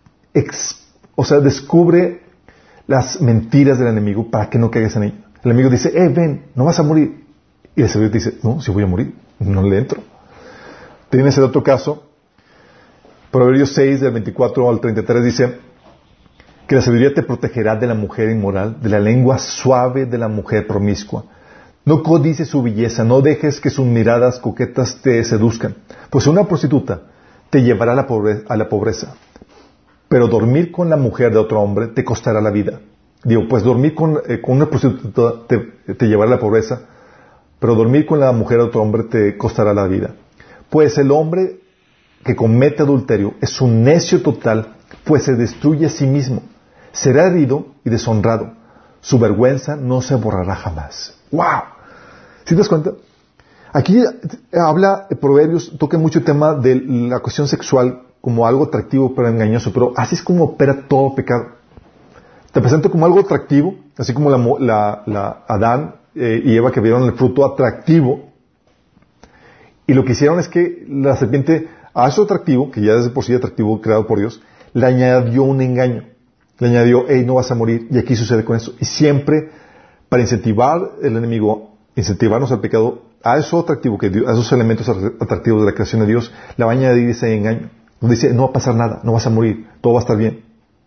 Descubre las mentiras del enemigo para que no caigas en ello. El enemigo dice, ven, no vas a morir. Y la sabiduría dice, no, si voy a morir, no le entro. Tienes el otro caso, Proverbios 6, del 24 al 33, dice que la sabiduría te protegerá de la mujer inmoral, de la lengua suave de la mujer promiscua. No codices su belleza, no dejes que sus miradas coquetas te seduzcan, pues una prostituta te llevará a la pobreza. Pero dormir con la mujer de otro hombre te costará la vida. Pues dormir con una prostituta te llevará a la pobreza, pero dormir con la mujer de otro hombre te costará la vida. Pues el hombre que comete adulterio es un necio total, pues se destruye a sí mismo. Será herido y deshonrado. Su vergüenza no se borrará jamás. ¡Wow! ¿Sí te das cuenta? Aquí habla Proverbios, toca mucho el tema de la cuestión sexual como algo atractivo pero engañoso, pero así es como opera todo pecado. Te presento como algo atractivo, así como la Adán y Eva que vieron el fruto atractivo, y lo que hicieron es que la serpiente a eso atractivo, que ya es de por sí atractivo creado por Dios, le añadió un engaño. Le añadió, no vas a morir, y aquí sucede con eso. Y siempre, para incentivar el enemigo, incentivarnos al pecado, a eso atractivo, a esos elementos atractivos de la creación de Dios, le va a añadir ese engaño. Donde dice, no va a pasar nada, no vas a morir, todo va a estar bien.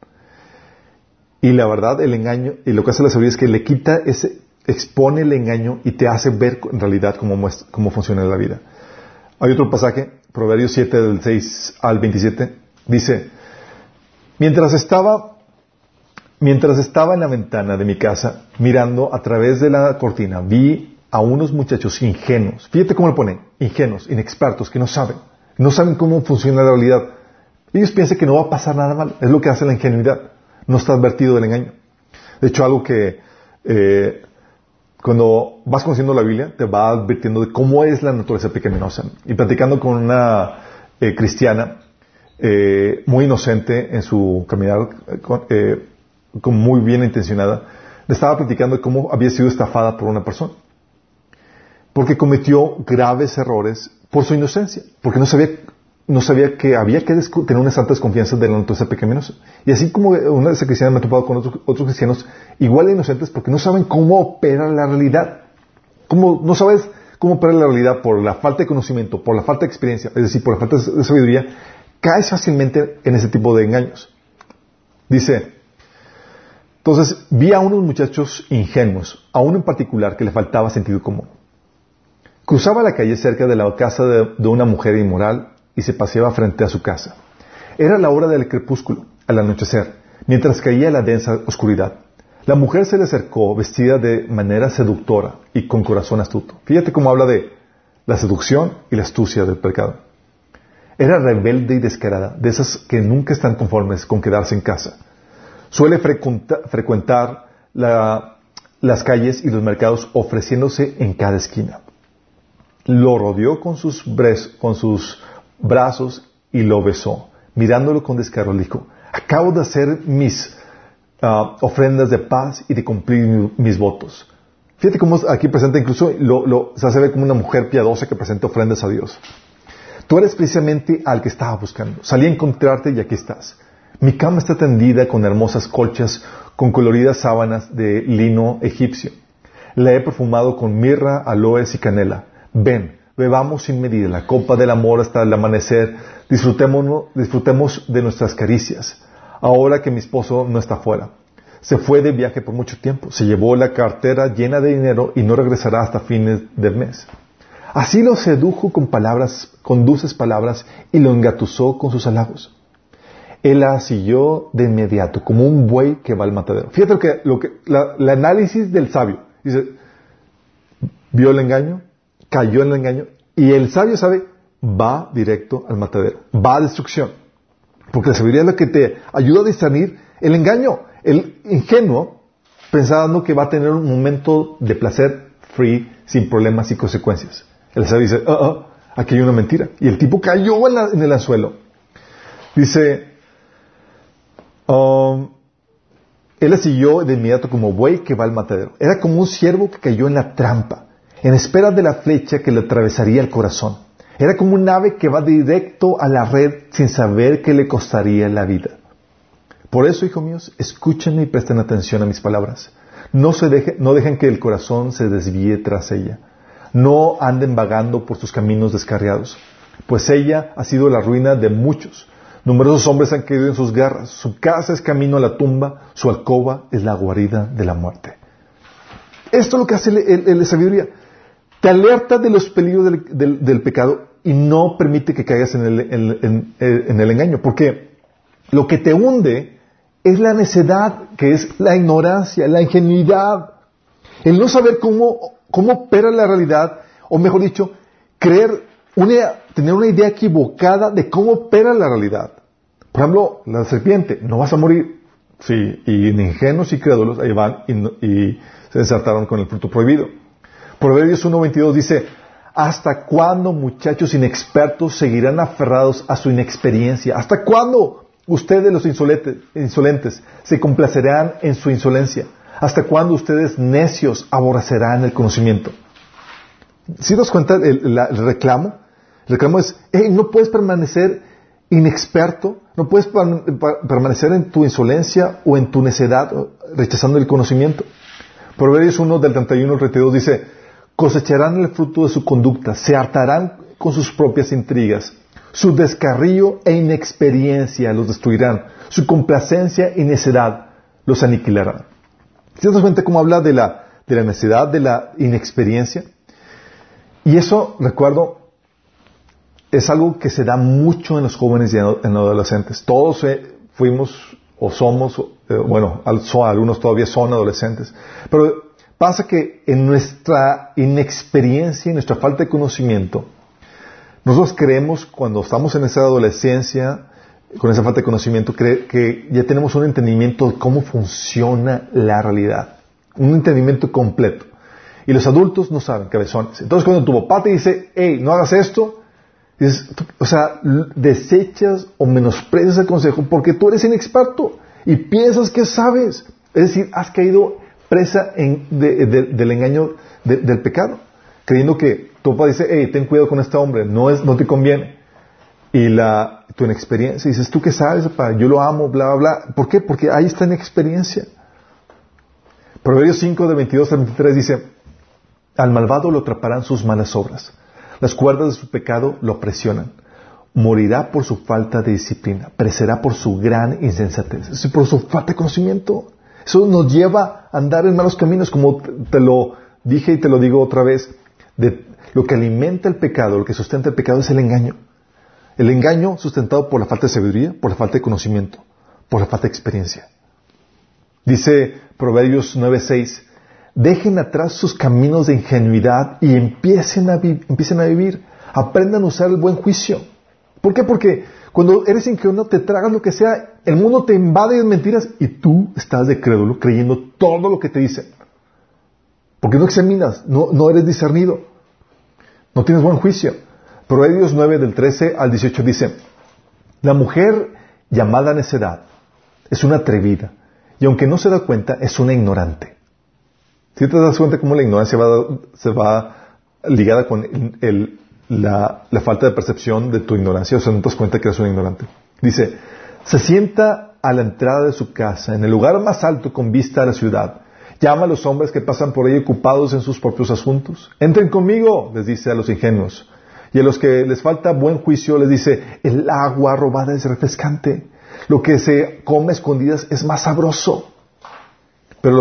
Y la verdad, el engaño, y lo que hace la sabiduría es que le quita expone el engaño y te hace ver en realidad cómo funciona la vida. Hay otro pasaje, Proverbios 7, del 6 al 27, dice, mientras estaba en la ventana de mi casa, mirando a través de la cortina, vi a unos muchachos ingenuos. Fíjate cómo lo ponen, ingenuos, inexpertos, que no saben cómo funciona la realidad. Ellos piensan que no va a pasar nada mal. Es lo que hace la ingenuidad. No está advertido del engaño. De hecho, algo que cuando vas conociendo la Biblia, te va advirtiendo de cómo es la naturaleza pecaminosa. Y platicando con una cristiana muy inocente en su caminar, como muy bien intencionada, le estaba platicando de cómo había sido estafada por una persona. Porque cometió graves errores por su inocencia. Porque no sabía que había que tener una santa desconfianza de la naturaleza pecaminosa. Y así como una de esas cristianas me ha topado con otros cristianos igual de inocentes porque no saben cómo opera la realidad. No sabes cómo opera la realidad por la falta de conocimiento, por la falta de experiencia, es decir, por la falta de sabiduría, caes fácilmente en ese tipo de engaños. Dice, entonces vi a unos muchachos ingenuos, a uno en particular que le faltaba sentido común. Cruzaba la calle cerca de la casa de una mujer inmoral y se paseaba frente a su casa. Era la hora del crepúsculo, al anochecer, mientras caía la densa oscuridad. La mujer se le acercó vestida de manera seductora y con corazón astuto. Fíjate cómo habla de la seducción y la astucia del pecado. Era rebelde y descarada, de esas que nunca están conformes con quedarse en casa. Suele frecuentar las calles y los mercados ofreciéndose en cada esquina. Lo rodeó con sus brazos y lo besó. Mirándolo con descaro, le dijo, acabo de hacer mis ofrendas de paz y de cumplir mis votos. Fíjate cómo aquí presenta incluso, se ve como una mujer piadosa que presenta ofrendas a Dios. Tú eres precisamente al que estaba buscando. Salí a encontrarte y aquí estás. Mi cama está tendida con hermosas colchas, con coloridas sábanas de lino egipcio. La he perfumado con mirra, aloes y canela. Ven, bebamos sin medida la copa del amor hasta el amanecer. Disfrutemos de nuestras caricias. Ahora que mi esposo no está fuera. Se fue de viaje por mucho tiempo. Se llevó la cartera llena de dinero y no regresará hasta fines del mes. Así lo sedujo con dulces palabras y lo engatusó con sus halagos. Él la siguió de inmediato como un buey que va al matadero. Fíjate el análisis del sabio. Dice, vio el engaño, cayó en el engaño y el sabio sabe, va directo al matadero, va a destrucción. Porque la sabiduría es la que te ayuda a discernir el engaño. El ingenuo, pensando que va a tener un momento de placer free, sin problemas y consecuencias. El sabio dice, aquí hay una mentira. Y el tipo cayó en el anzuelo. Dice, él la siguió de inmediato como buey que va al matadero. Era como un ciervo que cayó en la trampa, en espera de la flecha que le atravesaría el corazón. Era como un ave que va directo a la red sin saber que le costaría la vida. Por eso, hijos míos, escúchenme y presten atención a mis palabras. No dejen que el corazón se desvíe tras ella. No anden vagando por sus caminos descarriados, pues ella ha sido la ruina de muchos. Numerosos hombres han caído en sus garras. Su casa es camino a la tumba, su alcoba es la guarida de la muerte. Esto es lo que hace la sabiduría. Te alerta de los peligros del pecado y no permite que caigas en el engaño, porque lo que te hunde es la necedad, que es la ignorancia, la ingenuidad, el no saber cómo opera la realidad, o mejor dicho, tener una idea equivocada de cómo opera la realidad. Por ejemplo, la serpiente, no vas a morir. Sí, y ingenuos y crédulos ahí van y se ensartaron con el fruto prohibido. Proverbios 1:22 dice, ¿hasta cuándo, muchachos inexpertos, seguirán aferrados a su inexperiencia? ¿Hasta cuándo ustedes, los insolentes, se complacerán en su insolencia? ¿Hasta cuándo ustedes, necios, aborrecerán el conocimiento? ¿Sí te das cuenta el reclamo? El reclamo es, no puedes permanecer inexperto, no puedes permanecer en tu insolencia o en tu necedad, rechazando el conocimiento. Proverbios 1 del 31 al 32 dice, cosecharán el fruto de su conducta, se hartarán con sus propias intrigas, Su descarrío e inexperiencia los destruirán. Su complacencia y necedad los aniquilarán. ¿Te das cuenta cómo habla de la necedad, de la inexperiencia? Y eso, recuerdo, es algo que se da mucho en los jóvenes y en los adolescentes. Todos fuimos o somos, algunos todavía son adolescentes. Pero pasa que en nuestra inexperiencia y nuestra falta de conocimiento, nosotros creemos, cuando estamos en esa adolescencia, con esa falta de conocimiento, que ya tenemos un entendimiento de cómo funciona la realidad. Un entendimiento completo. Y los adultos no saben, cabezones. Entonces cuando tu papá te dice, hey, no hagas esto, dices, desechas o menosprecias el consejo porque tú eres inexperto y piensas que sabes. Es decir, has caído presa del engaño del pecado, creyendo que tu papá dice, hey, ten cuidado con este hombre, no te conviene. Y tu inexperiencia, dices, ¿tú qué sabes, papá? Yo lo amo, bla, bla, bla. ¿Por qué? Porque ahí está inexperiencia. Proverbios 5, de 22 al 23 dice, al malvado lo atraparán sus malas obras. Las cuerdas de su pecado lo presionan. Morirá por su falta de disciplina. Perecerá por su gran insensatez. Es decir, por su falta de conocimiento. Eso nos lleva a andar en malos caminos, como te lo dije y te lo digo otra vez. Lo que alimenta el pecado, lo que sustenta el pecado es el engaño. El engaño sustentado por la falta de sabiduría, por la falta de conocimiento, por la falta de experiencia. Dice Proverbios 9:6, dejen atrás sus caminos de ingenuidad y empiecen a vivir. Aprendan a usar el buen juicio. ¿Por qué? Porque cuando eres ingenuo te tragas lo que sea, el mundo te invade de mentiras y tú estás de crédulo creyendo todo lo que te dicen. Porque no examinas, no eres discernido, no tienes buen juicio. Proverbios 9, del 13 al 18 dice, la mujer llamada necedad es una atrevida y aunque no se da cuenta es una ignorante. ¿Sí te das cuenta cómo la ignorancia se va ligada con la falta de percepción de tu ignorancia? O sea, no te das cuenta que eres un ignorante. Dice, se sienta a la entrada de su casa, en el lugar más alto con vista a la ciudad. Llama a los hombres que pasan por ahí ocupados en sus propios asuntos. Entren conmigo, les dice a los ingenuos. Y a los que les falta buen juicio les dice, el agua robada es refrescante. Lo que se come a escondidas es más sabroso. Pero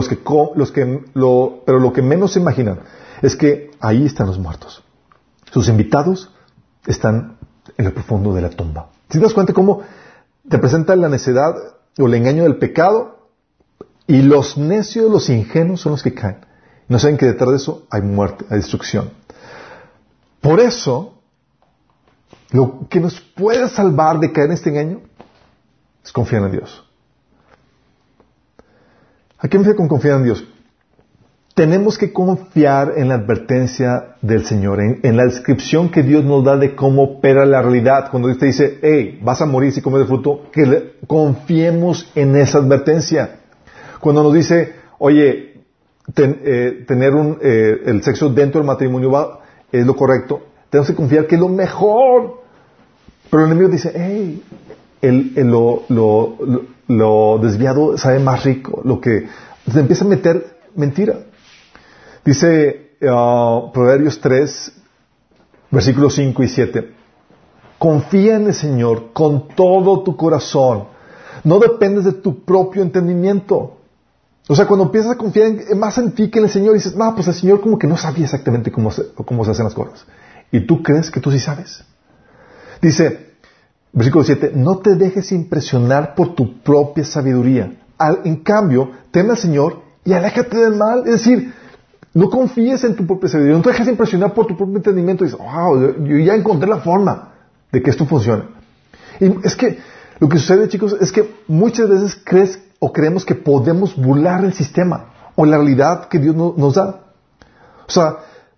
lo que menos se imaginan es que ahí están los muertos. Sus invitados están en lo profundo de la tumba. ¿Sí te das cuenta cómo te presenta la necedad o el engaño del pecado? Y los necios, los ingenuos son los que caen. No saben que detrás de eso hay muerte, hay destrucción. Por eso, lo que nos puede salvar de caer en este engaño es confiar en Dios. ¿A qué me refiero con confiar en Dios? Tenemos que confiar en la advertencia del Señor, en la descripción que Dios nos da de cómo opera la realidad. Cuando Dios te dice, hey, vas a morir si comes el fruto, confiemos en esa advertencia. Cuando nos dice, oye, tener el sexo dentro del matrimonio es lo correcto, tenemos que confiar que es lo mejor. Pero el enemigo dice, hey, lo desviado sabe más rico, lo que se empieza a meter mentira. Dice Proverbios 3, versículos 5 y 7. Confía en el Señor con todo tu corazón. No dependes de tu propio entendimiento. O sea, cuando empiezas a confiar más en ti que en el Señor, dices, no, pues el Señor como que no sabía exactamente cómo se hacen las cosas. Y tú crees que tú sí sabes. Dice, versículo 7, no te dejes impresionar por tu propia sabiduría. En cambio, teme al Señor y aléjate del mal. Es decir, no confíes en tu propia sabiduría. No te dejes impresionar por tu propio entendimiento. Y dices, wow, yo ya encontré la forma de que esto funcione. Y es que lo que sucede, chicos, es que muchas veces crees o creemos que podemos burlar el sistema o la realidad que Dios nos da. O sea,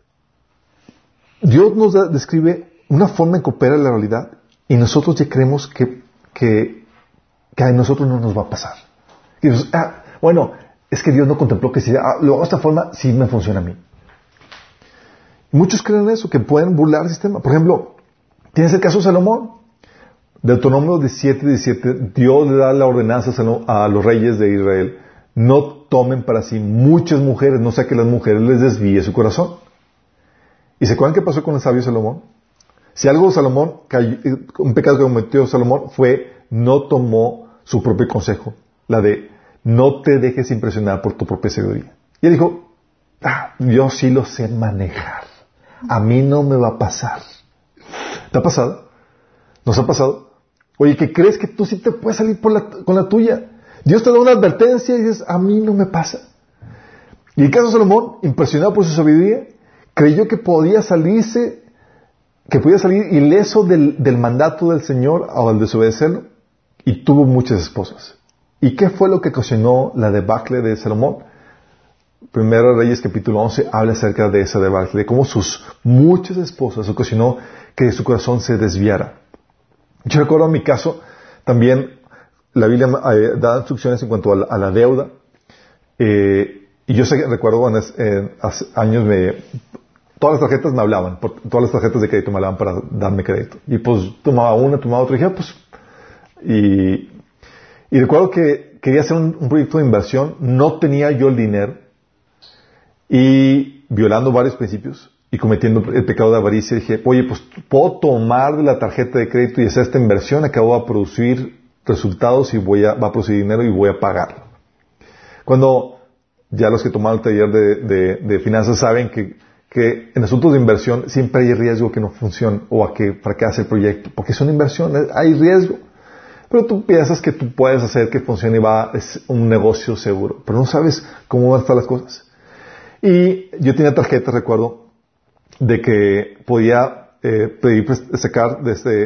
Dios nos describe una forma en que opera la realidad y nosotros ya creemos que a nosotros no nos va a pasar. Y dices, bueno, es que Dios no contempló que si lo hago de esta forma, sí me funciona a mí. Y muchos creen eso, que pueden burlar el sistema. Por ejemplo, tienes el caso de Salomón. Deuteronomio 17:17, Dios le da la ordenanza a los reyes de Israel. No tomen para sí muchas mujeres, no sea que las mujeres les desvíe su corazón. ¿Y se acuerdan qué pasó con el sabio Salomón? Si algo un pecado que cometió Salomón fue no tomó su propio consejo, la de no te dejes impresionar por tu propia sabiduría. Y él dijo, yo sí lo sé manejar. A mí no me va a pasar. ¿Te ha pasado? ¿Nos ha pasado? Oye, ¿qué crees que tú sí te puedes salir con la tuya? Dios te da una advertencia y dices, a mí no me pasa. Y el caso de Salomón, impresionado por su sabiduría, creyó que podía salir ileso del mandato del Señor al desobedecerlo, y tuvo muchas esposas. ¿Y qué fue lo que ocasionó la debacle de Salomón? Primero Reyes capítulo 11 habla acerca de esa debacle, de cómo sus muchas esposas ocasionó que su corazón se desviara. Yo recuerdo en mi caso, también la Biblia da instrucciones en cuanto a la deuda, y yo recuerdo hace años todas las tarjetas me hablaban, todas las tarjetas de crédito me hablaban para darme crédito. Y pues tomaba una, tomaba otra, y dije, y recuerdo que quería hacer un proyecto de inversión, no tenía yo el dinero, y violando varios principios, y cometiendo el pecado de avaricia, dije, oye, pues puedo tomar de la tarjeta de crédito y hacer esta inversión, acabo de producir resultados y va a producir dinero y voy a pagarlo. Cuando ya los que tomaron el taller de finanzas saben que en asuntos de inversión siempre hay riesgo que no funcione o a que fracase el proyecto, porque es una inversión, hay riesgo. Pero tú piensas que tú puedes hacer que funcione y es un negocio seguro, pero no sabes cómo van a estar las cosas. Y yo tenía tarjetas, recuerdo, de que podía sacar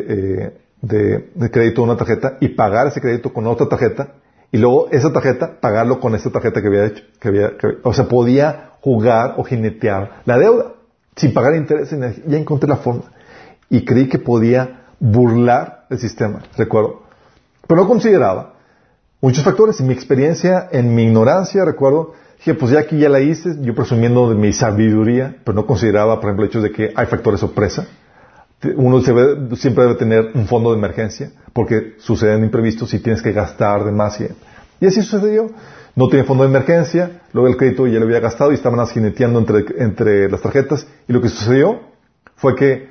de crédito una tarjeta y pagar ese crédito con otra tarjeta, y luego esa tarjeta pagarlo con esa tarjeta que había hecho. O sea, podía jugar o jinetear la deuda sin pagar intereses. Ya encontré la forma. Y creí que podía burlar el sistema, recuerdo. Pero no consideraba muchos factores. En mi experiencia, en mi ignorancia, recuerdo, dije, pues ya aquí ya la hice, yo presumiendo de mi sabiduría, pero no consideraba, por ejemplo, el hecho de que hay factores sorpresa. Uno siempre debe tener un fondo de emergencia, porque suceden imprevistos y tienes que gastar de más. Y así sucedió. No tenía fondo de emergencia, luego el crédito ya lo había gastado y estaban jineteando entre las tarjetas, y lo que sucedió fue que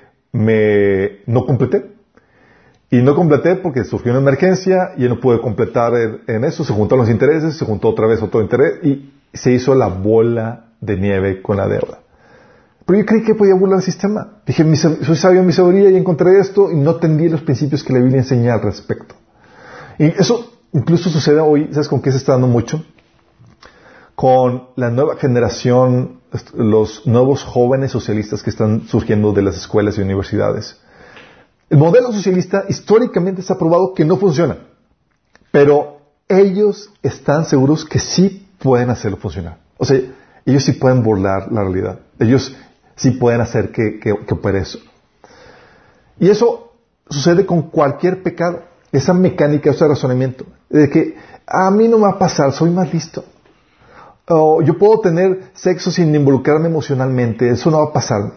no completé. Y no completé porque surgió una emergencia y no pude completar en eso, se juntaron los intereses, se juntó otra vez otro interés y se hizo la bola de nieve con la deuda. Pero yo creí que podía burlar el sistema. Dije, soy sabio en mi sabiduría y encontré esto y no entendí los principios que la Biblia enseña al respecto. Y eso incluso sucede hoy, ¿sabes con qué se está dando mucho? Con la nueva generación, los nuevos jóvenes socialistas que están surgiendo de las escuelas y universidades. El modelo socialista históricamente se ha probado que no funciona, pero ellos están seguros que sí pueden hacerlo funcionar. O sea, ellos sí pueden burlar la realidad. Ellos sí pueden hacer que opere eso. Y eso sucede con cualquier pecado. Esa mecánica, ese razonamiento, de que a mí no me va a pasar, soy más listo. O yo puedo tener sexo sin involucrarme emocionalmente, eso no va a pasar.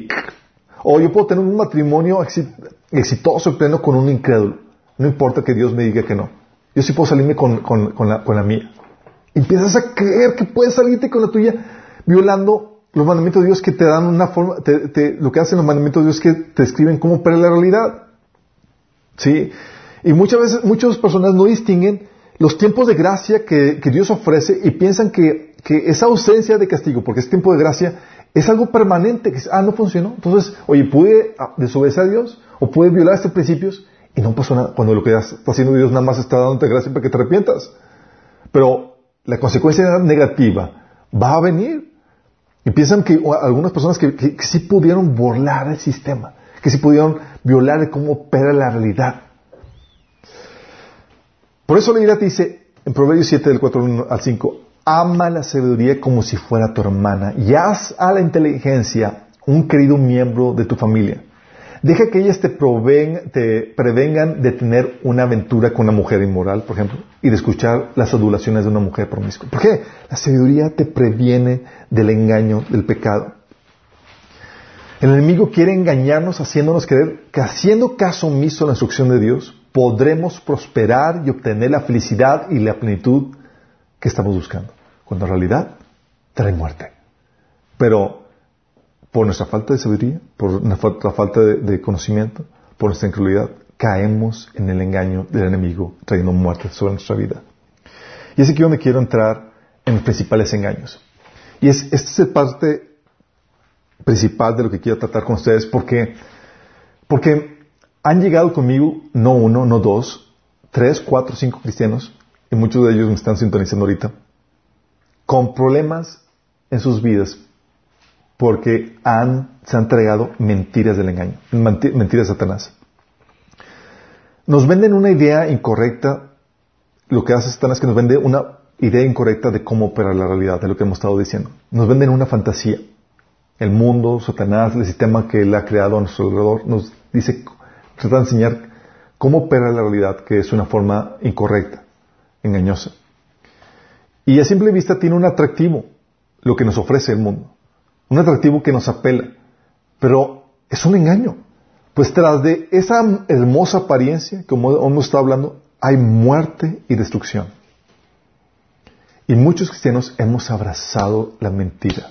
O yo puedo tener un matrimonio exitoso y pleno con un incrédulo. No importa que Dios me diga que no. Yo sí puedo salirme con la mía. Y empiezas a creer que puedes salirte con la tuya violando los mandamientos de Dios que te dan una forma, lo que hacen los mandamientos de Dios que te describen cómo opera la realidad. ¿Sí? Y muchas veces, muchas personas no distinguen los tiempos de gracia que Dios ofrece y piensan que esa ausencia de castigo, porque es tiempo de gracia, es algo permanente, que no funcionó. Entonces, oye, pude desobedecer a Dios o pude violar estos principios y no pasó nada, cuando lo que está haciendo Dios nada más está dándote gracia para que te arrepientas. Pero la consecuencia negativa va a venir. Y piensan que algunas personas que sí pudieron burlar el sistema, que sí pudieron violar cómo opera la realidad. Por eso la Biblia te dice, en Proverbios 7, del 4 al 5, ama la sabiduría como si fuera tu hermana y haz a la inteligencia un querido miembro de tu familia. Deja que ellas te prevengan de tener una aventura con una mujer inmoral, por ejemplo, y de escuchar las adulaciones de una mujer promiscua. ¿Por qué? La sabiduría te previene del engaño, del pecado. El enemigo quiere engañarnos haciéndonos creer que haciendo caso omiso a la instrucción de Dios, podremos prosperar y obtener la felicidad y la plenitud que estamos buscando. Cuando en realidad trae muerte. Pero por nuestra falta de sabiduría, por nuestra falta de conocimiento, por nuestra incredulidad, caemos en el engaño del enemigo, trayendo muerte sobre nuestra vida. Y es aquí donde quiero entrar en los principales engaños. Y esta es la parte principal de lo que quiero tratar con ustedes, porque han llegado conmigo, no uno, no dos, 3, 4, 5 cristianos, y muchos de ellos me están sintonizando ahorita, con problemas en sus vidas, porque se han entregado mentiras del engaño, mentiras de Satanás. Nos venden una idea incorrecta. Lo que hace Satanás es que nos vende una idea incorrecta de cómo operar la realidad, de lo que hemos estado diciendo. Nos venden una fantasía. El mundo, Satanás, el sistema que él ha creado a nuestro alrededor, nos dice, trata de enseñar cómo opera la realidad, que es una forma incorrecta, engañosa. Y a simple vista tiene un atractivo, lo que nos ofrece el mundo. Un atractivo que nos apela. Pero es un engaño. Pues tras de esa hermosa apariencia, como hemos estado hablando, hay muerte y destrucción. Y muchos cristianos hemos abrazado la mentira.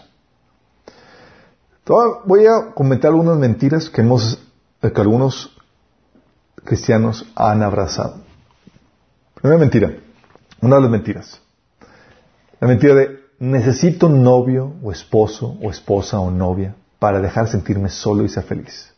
Voy a comentar algunas mentiras que algunos cristianos han abrazado. Primera mentira, una de las mentiras. La mentira de necesito un novio o esposo o esposa o novia para dejar sentirme solo y ser feliz.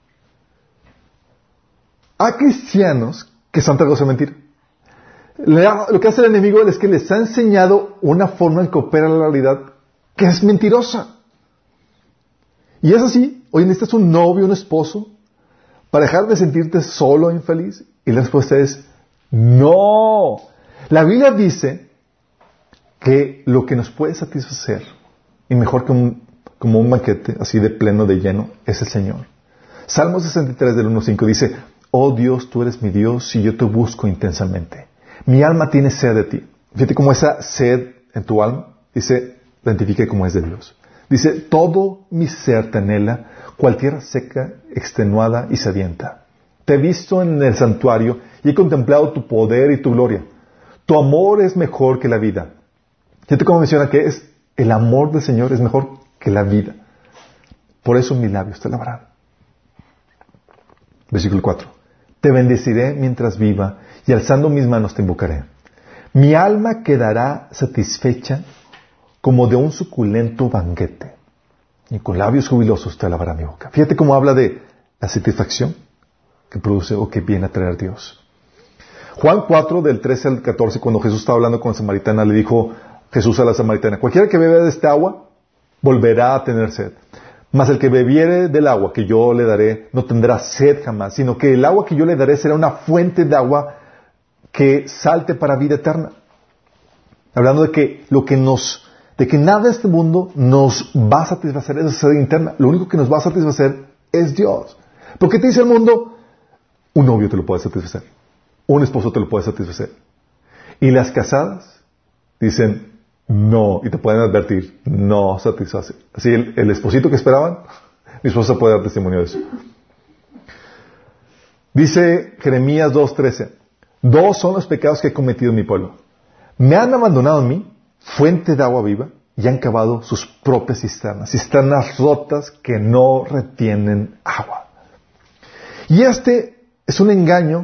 Hay cristianos que se han tragado esa mentira. Lo que hace el enemigo es que les ha enseñado una forma en que opera la realidad que es mentirosa. Y es así. Hoy necesitas un novio, un esposo para dejar de sentirte solo e infeliz. Y la respuesta es no. La Biblia dice que lo que nos puede satisfacer, y mejor que como un banquete así de pleno, de lleno, es el Señor. Salmo 63 del 1-5 dice: oh Dios, tú eres mi Dios y yo te busco intensamente. Mi alma tiene sed de ti. Fíjate cómo esa sed en tu alma, dice, identifique cómo es de Dios. Dice, todo mi ser te anhela, cual tierra seca, extenuada y sedienta. Te he visto en el santuario y he contemplado tu poder y tu gloria. Tu amor es mejor que la vida. Fíjate cómo menciona que el amor del Señor es mejor que la vida. Por eso mis labios te alabarán. Versículo 4. Te bendeciré mientras viva y alzando mis manos te invocaré. Mi alma quedará satisfecha como de un suculento banquete y con labios jubilosos te alabará mi boca. Fíjate cómo habla de la satisfacción que produce o que viene a traer Dios. Juan 4 del 13 al 14, cuando Jesús estaba hablando con la samaritana, le dijo Jesús a la samaritana: cualquiera que beba de esta agua volverá a tener sed. Mas el que bebiere del agua que yo le daré no tendrá sed jamás, sino que el agua que yo le daré será una fuente de agua que salte para vida eterna. Hablando de que nada de este mundo nos va a satisfacer esa sed interna. Lo único que nos va a satisfacer es Dios. ¿Por qué te dice el mundo? Un novio te lo puede satisfacer. Un esposo te lo puede satisfacer. Y las casadas dicen no, y te pueden advertir, no satisface. Así el esposito que esperaban, mi esposa puede dar testimonio de eso. Dice Jeremías 2:13, 2 son los pecados que he cometido en mi pueblo. Me han abandonado a mí, fuente de agua viva, y han cavado sus propias cisternas rotas que no retienen agua. Y este es un engaño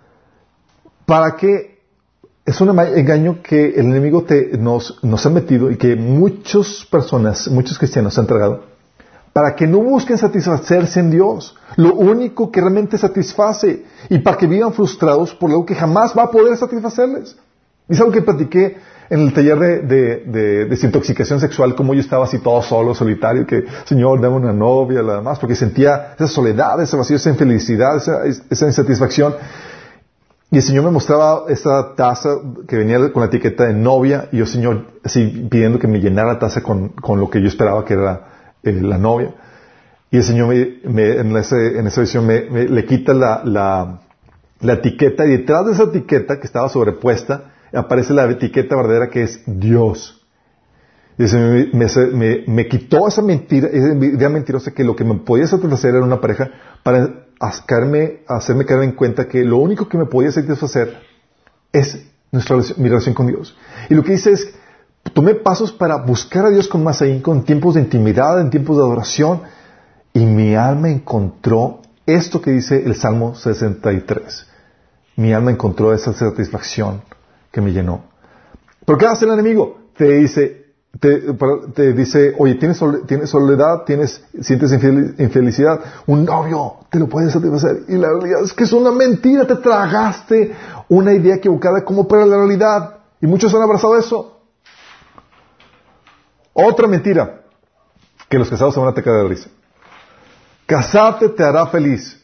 es un engaño que el enemigo nos ha metido y que muchas personas, muchos cristianos han tragado para que no busquen satisfacerse en Dios, lo único que realmente satisface, y para que vivan frustrados por algo que jamás va a poder satisfacerles. Y es algo que platiqué en el taller de desintoxicación sexual, como yo estaba así todo solo, solitario, que Señor, dame una novia, nada más, porque sentía esa soledad, ese vacío, esa infelicidad, esa insatisfacción. Y el Señor me mostraba esta taza que venía con la etiqueta de novia, y yo, Señor, así pidiendo que me llenara la taza con lo que yo esperaba que era la novia. Y el Señor en esa visión le quita la etiqueta, y detrás de esa etiqueta que estaba sobrepuesta aparece la etiqueta verdadera, que es Dios. Y me quitó esa mentira, esa idea mentirosa, que lo que me podía satisfacer era una pareja, para hacerme caer en cuenta que lo único que me podía satisfacer es mi relación con Dios. Y lo que dice es, tomé pasos para buscar a Dios con más ahínco, en tiempos de intimidad, en tiempos de adoración, y mi alma encontró esto que dice el Salmo 63. Mi alma encontró esa satisfacción que me llenó. ¿Pero qué hace el enemigo? Te dice, oye, tienes soledad, sientes infelicidad, un novio te lo puede satisfacer. Y la realidad es que es una mentira, te tragaste una idea equivocada de cómo opera la realidad. Y muchos han abrazado eso. Otra mentira, que los casados se van a atacar de risa. Casarte te hará feliz.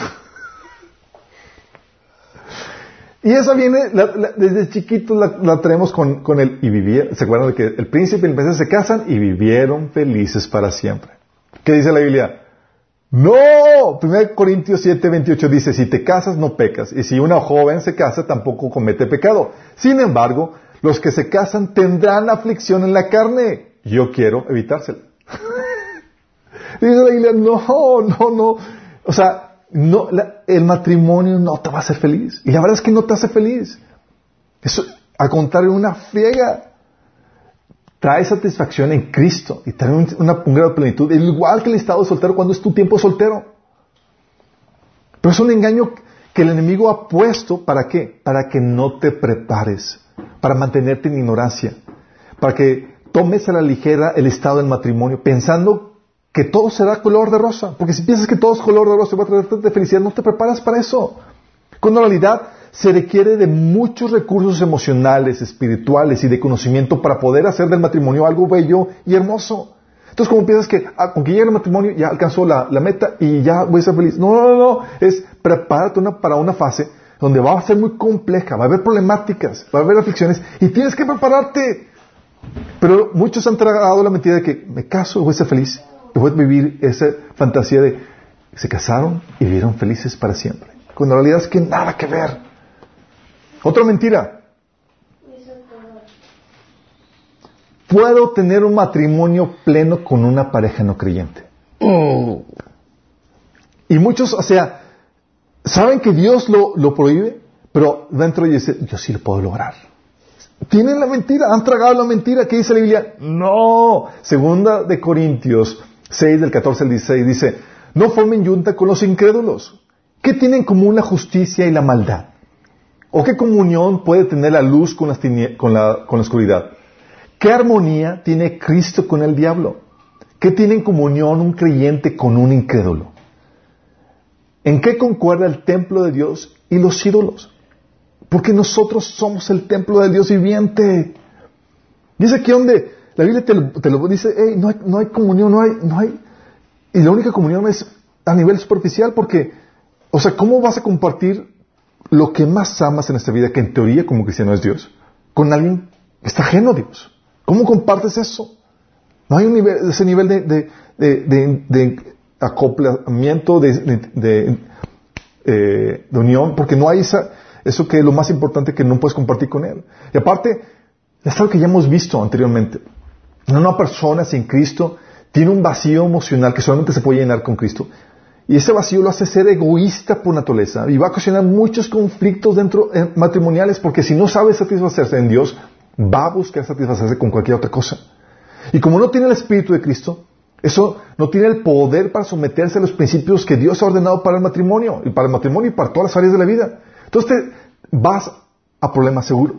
Y esa viene, desde chiquitos la traemos con el y vivieron. ¿Se acuerdan de que el príncipe y la princesa se casan y vivieron felices para siempre? ¿Qué dice la Biblia? No, 1 Corintios 7:28 dice, si te casas no pecas, y si una joven se casa tampoco comete pecado. Sin embargo, los que se casan tendrán aflicción en la carne. Yo quiero evitársela. Dice la Biblia, no. O sea, no, el matrimonio no te va a hacer feliz. Y la verdad es que no te hace feliz. Eso, al contrario, una friega. Trae satisfacción en Cristo y trae un grado de plenitud, igual que el estado de soltero cuando es tu tiempo soltero. Pero es un engaño que el enemigo ha puesto, ¿para qué? Para que no te prepares, para mantenerte en ignorancia, para que tomes a la ligera el estado del matrimonio, pensando que todo será color de rosa. Porque si piensas que todo es color de rosa y va a traerte de felicidad, no te preparas para eso. Cuando en realidad se requiere de muchos recursos emocionales, espirituales y de conocimiento para poder hacer del matrimonio algo bello y hermoso. Entonces, como piensas que aunque llegue el matrimonio ya alcanzó la meta y ya voy a ser feliz. No. Es prepárate para una fase donde va a ser muy compleja, va a haber problemáticas, va a haber aflicciones y tienes que prepararte. Pero muchos han tragado la mentira de que me caso y voy a ser feliz. Y voy a vivir esa fantasía de se casaron y vivieron felices para siempre. Cuando la realidad es que nada que ver. Otra mentira. Puedo tener un matrimonio pleno con una pareja no creyente. Y muchos, o sea, saben que Dios lo prohíbe, pero dentro de ellos dicen, yo sí lo puedo lograr. Tienen la mentira, han tragado la mentira. ¿Qué dice la Biblia? No. Segunda de Corintios 6, del 14 al 16, dice, no formen yunta con los incrédulos. ¿Qué tienen en común la justicia y la maldad? ¿O qué comunión puede tener la luz con la oscuridad? ¿Qué armonía tiene Cristo con el diablo? ¿Qué tiene en comunión un creyente con un incrédulo? ¿En qué concuerda el templo de Dios y los ídolos? Porque nosotros somos el templo del Dios viviente. Y es aquí donde la Biblia te lo dice, no hay comunión, no hay. Y la única comunión es a nivel superficial porque, o sea, ¿cómo vas a compartir lo que más amas en esta vida, que en teoría como cristiano es Dios, con alguien que está ajeno a Dios? ¿Cómo compartes eso? No hay ese nivel de acoplamiento, de unión, porque no hay eso que es lo más importante que no puedes compartir con Él. Y aparte, es algo que ya hemos visto anteriormente. Una persona sin Cristo tiene un vacío emocional que solamente se puede llenar con Cristo. Y ese vacío lo hace ser egoísta por naturaleza y va a ocasionar muchos conflictos matrimoniales porque si no sabe satisfacerse en Dios, va a buscar satisfacerse con cualquier otra cosa. Y como no tiene el Espíritu de Cristo, eso no tiene el poder para someterse a los principios que Dios ha ordenado para el matrimonio y para todas las áreas de la vida. Entonces te vas a problemas seguro.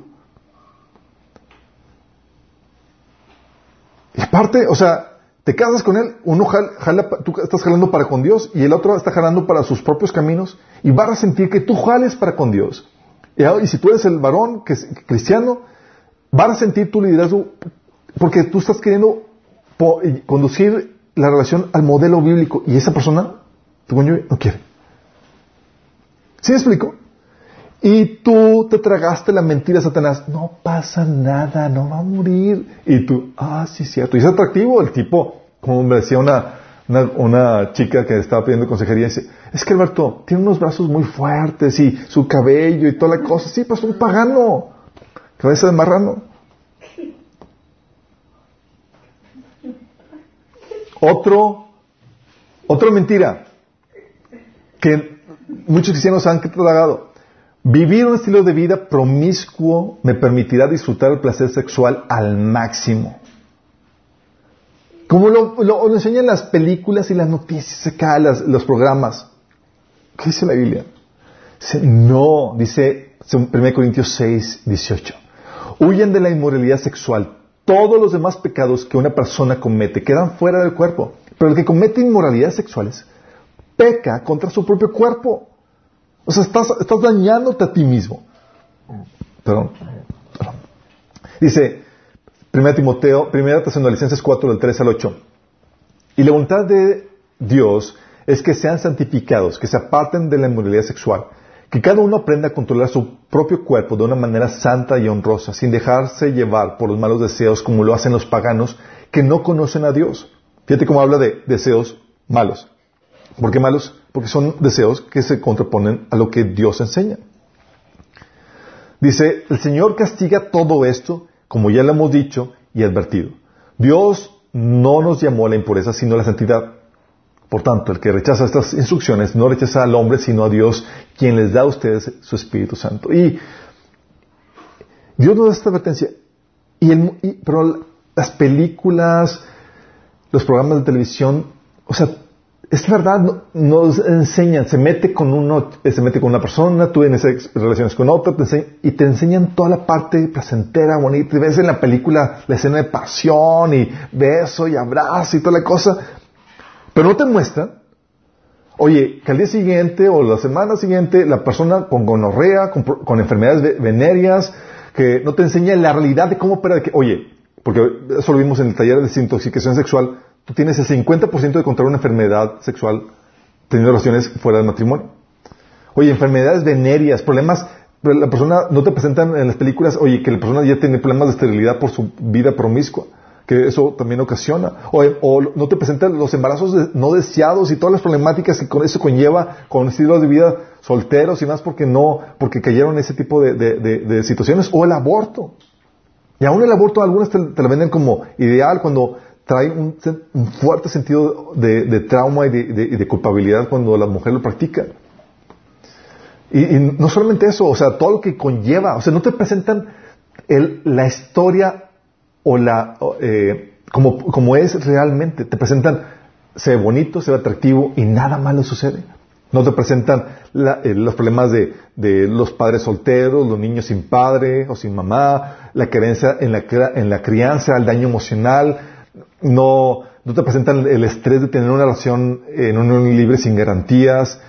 Y aparte, o sea, te casas con él, uno tú estás jalando para con Dios y el otro está jalando para sus propios caminos y vas a sentir que tú jales para con Dios. Y si tú eres el varón que es cristiano, vas a sentir tu liderazgo porque tú estás queriendo conducir la relación al modelo bíblico y esa persona, tu cónyuge, no quiere. ¿Sí me explico? Y tú te tragaste la mentira de Satanás. No pasa nada, no va a morir. Y tú, sí, cierto. Y es atractivo el tipo, como me decía una chica que estaba pidiendo consejería, dice, es que Alberto tiene unos brazos muy fuertes y su cabello y toda la cosa. Sí, pues un pagano. Cabeza de marrano. Otra mentira que muchos cristianos han tragado. Vivir un estilo de vida promiscuo me permitirá disfrutar el placer sexual al máximo. Como lo enseñan las películas y las noticias acá, los programas. ¿Qué dice la Biblia? Dice 1 Corintios 6, 18. Huyen de la inmoralidad sexual. Todos los demás pecados que una persona comete quedan fuera del cuerpo. Pero el que comete inmoralidades sexuales peca contra su propio cuerpo. O sea, estás dañándote a ti mismo. Perdón. Dice 1 Tesalonicenses 4, del 3 al 8. Y la voluntad de Dios es que sean santificados, que se aparten de la inmoralidad sexual, que cada uno aprenda a controlar su propio cuerpo de una manera santa y honrosa, sin dejarse llevar por los malos deseos como lo hacen los paganos que no conocen a Dios. Fíjate cómo habla de deseos malos. ¿Por qué malos? Porque son deseos que se contraponen a lo que Dios enseña. Dice, el Señor castiga todo esto, como ya lo hemos dicho y advertido. Dios no nos llamó a la impureza, sino a la santidad. Por tanto, el que rechaza estas instrucciones no rechaza al hombre, sino a Dios, quien les da a ustedes su Espíritu Santo. Y Dios nos da esta advertencia. Pero las películas, los programas de televisión, o sea, es verdad, nos enseñan, se mete con una persona, tú tienes relaciones con otra, y te enseñan toda la parte placentera, bonita, y ves en la película la escena de pasión, y beso, y abrazo, y toda la cosa, pero no te muestran, oye, que al día siguiente, o la semana siguiente, la persona con gonorrea, con enfermedades venéreas, que no te enseña la realidad de cómo opera, oye, porque eso lo vimos en el taller de desintoxicación sexual. Tú tienes el 50% de controlar una enfermedad sexual teniendo relaciones fuera del matrimonio. Oye, enfermedades venéreas, problemas, la persona no te presentan en las películas, oye, que la persona ya tiene problemas de esterilidad por su vida promiscua, que eso también ocasiona. O no te presentan los embarazos no deseados y todas las problemáticas que con eso conlleva con estilos de vida solteros y más porque cayeron en ese tipo de situaciones. O el aborto. Y aún el aborto, algunas te lo venden como ideal cuando trae un fuerte sentido de trauma y de culpabilidad cuando la mujer lo practica. Y no solamente eso, o sea, todo lo que conlleva, o sea, no te presentan la historia como es realmente. Te presentan, se ve bonito, se ve atractivo y nada malo sucede. No te presentan los problemas de los padres solteros, los niños sin padre o sin mamá, la carencia en la crianza, el daño emocional. No te presentan el estrés de tener una relación en unión libre sin garantías.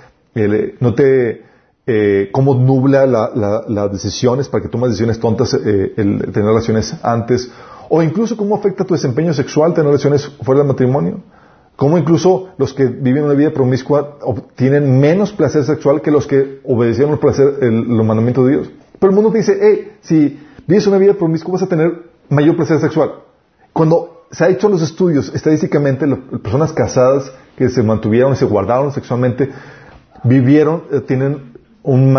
Cómo nubla las decisiones para que tomes decisiones tontas, el tener relaciones antes. O incluso cómo afecta tu desempeño sexual tener relaciones fuera del matrimonio. Cómo incluso los que viven una vida promiscua obtienen menos placer sexual que los que obedecieron los mandamientos de Dios. Pero el mundo te dice, si vives una vida promiscua vas a tener mayor placer sexual. Cuando se ha hecho los estudios, estadísticamente, las personas casadas que se mantuvieron y se guardaron sexualmente, tienen un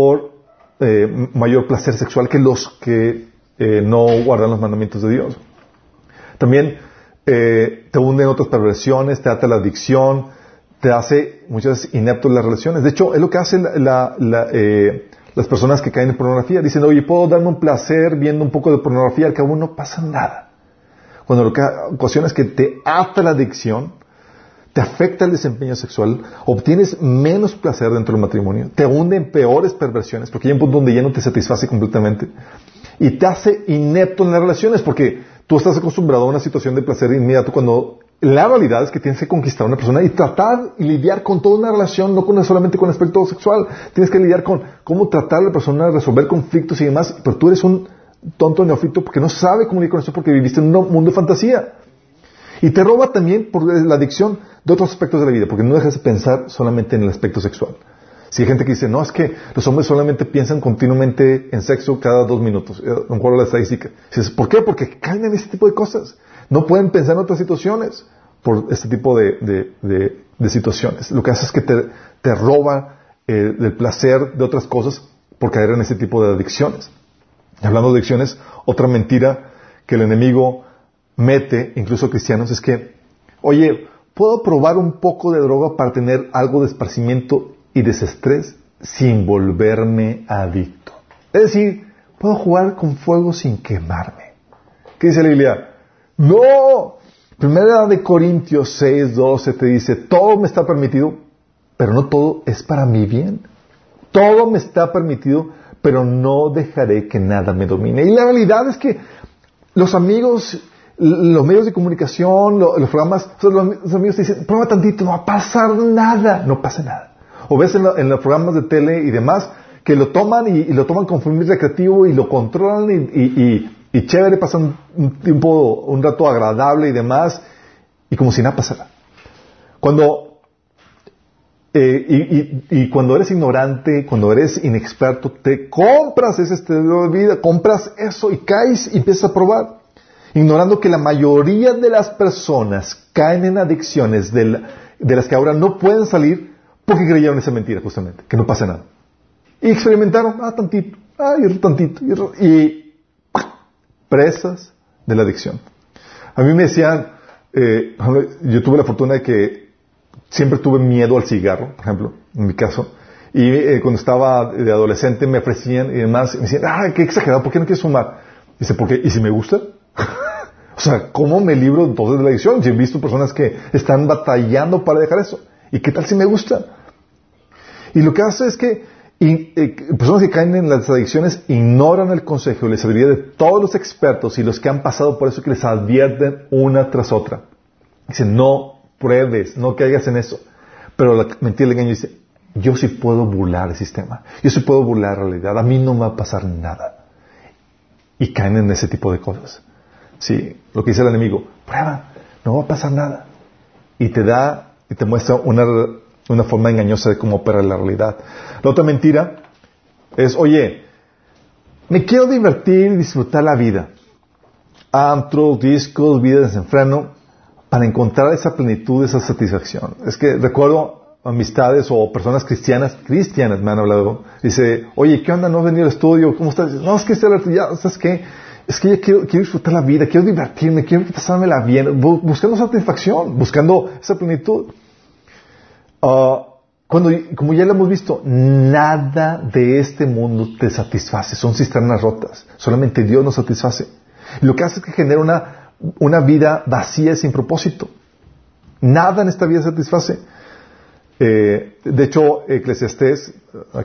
mayor placer sexual que los que no guardan los mandamientos de Dios. También te hunde en otras perversiones, te ata la adicción, te hace muchas veces inepto en las relaciones. De hecho, es lo que hacen las personas que caen en pornografía. Dicen, oye, puedo darme un placer viendo un poco de pornografía, al cabo no pasa nada. Cuando lo que ocasiona es que te ata la adicción, te afecta el desempeño sexual, obtienes menos placer dentro del matrimonio, te hunde en peores perversiones, porque hay un punto donde ya no te satisface completamente, y te hace inepto en las relaciones, porque tú estás acostumbrado a una situación de placer inmediato, cuando la realidad es que tienes que conquistar a una persona y tratar y lidiar con toda una relación, no solamente con el aspecto sexual. Tienes que lidiar con cómo tratar a la persona, resolver conflictos y demás, pero tú eres un tonto neófito porque no sabe cómo lidiar con eso, porque viviste en un mundo de fantasía. Y te roba también por la adicción de otros aspectos de la vida, porque no dejas de pensar solamente en el aspecto sexual. Si hay gente que dice, no, es que los hombres solamente piensan continuamente en sexo cada 2 minutos. No recuerdo la estadística. Dices, ¿por qué? Porque caen en este tipo de cosas. No pueden pensar en otras situaciones por este tipo de situaciones. Lo que hace es que te roba el placer de otras cosas por caer en ese tipo de adicciones. Y hablando de adicciones, otra mentira que el enemigo mete, incluso a cristianos, es que, oye, ¿puedo probar un poco de droga para tener algo de esparcimiento y desestrés? sin volverme adicto. Es decir, puedo jugar con fuego sin quemarme. ¿Qué dice la Biblia? ¡No! Primera de Corintios 6, 12 te dice, todo me está permitido, pero no todo es para mi bien. Todo me está permitido, pero no dejaré que nada me domine. Y la realidad es que los amigos, los medios de comunicación, los programas, los amigos te dicen, prueba tantito, no va a pasar nada. No pasa nada. O ves en los programas de tele y demás, que lo toman y lo toman con fin recreativo y lo controlan y chévere, pasan un rato agradable y demás, y como si nada pasara. Cuando cuando eres ignorante, cuando eres inexperto, te compras ese estilo de vida, compras eso y caes y empiezas a probar, ignorando que la mayoría de las personas caen en adicciones de las que ahora no pueden salir porque creyeron esa mentira, justamente, que no pasa nada. Y experimentaron, tantito, y tantito, y presas de la adicción. A mí me decían, yo tuve la fortuna de que siempre tuve miedo al cigarro, por ejemplo, en mi caso, y cuando estaba de adolescente me ofrecían y demás, y me decían, qué exagerado, ¿por qué no quieres fumar? Dice, ¿por qué? ¿Y si me gusta? O sea, ¿cómo me libro entonces de la adicción? Yo he visto personas que están batallando para dejar eso. ¿Y qué tal si me gusta? Y lo que hace es que personas que caen en las adicciones ignoran el consejo y les serviría de todos los expertos y los que han pasado por eso, que les advierten una tras otra. Dicen, no pruebes, no caigas en eso. Pero la mentira del engaño dice, yo sí puedo burlar el sistema, yo sí puedo burlar la realidad, a mí no me va a pasar nada. Y caen en ese tipo de cosas. Sí, lo que dice el enemigo, prueba, no va a pasar nada. Y te muestra una forma engañosa de cómo opera la realidad. La otra mentira es, oye, me quiero divertir y disfrutar la vida. Antros, discos, vida de desenfreno, para encontrar esa plenitud, esa satisfacción. Es que recuerdo amistades o personas cristianas me han hablado. Dice, oye, ¿qué onda? ¿No has venido al estudio? ¿Cómo estás? No, es que ¿sabes qué? Es que ya quiero disfrutar la vida, quiero divertirme, quiero pasármela bien, buscando satisfacción, buscando esa plenitud. Como ya lo hemos visto, nada de este mundo te satisface, son cisternas rotas, solamente Dios nos satisface. Y lo que hace es que genera una vida vacía sin propósito. Nada en esta vida satisface. De hecho, Eclesiastés,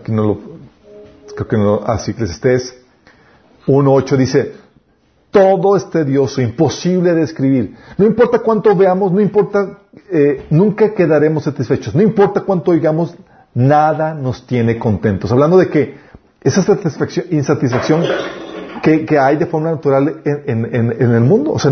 Eclesiastés 1:8 dice, todo es tedioso, imposible de describir. No importa cuánto veamos, no importa, nunca quedaremos satisfechos. No importa cuánto oigamos, nada nos tiene contentos. Hablando de que esa insatisfacción que hay de forma natural en el mundo. O sea,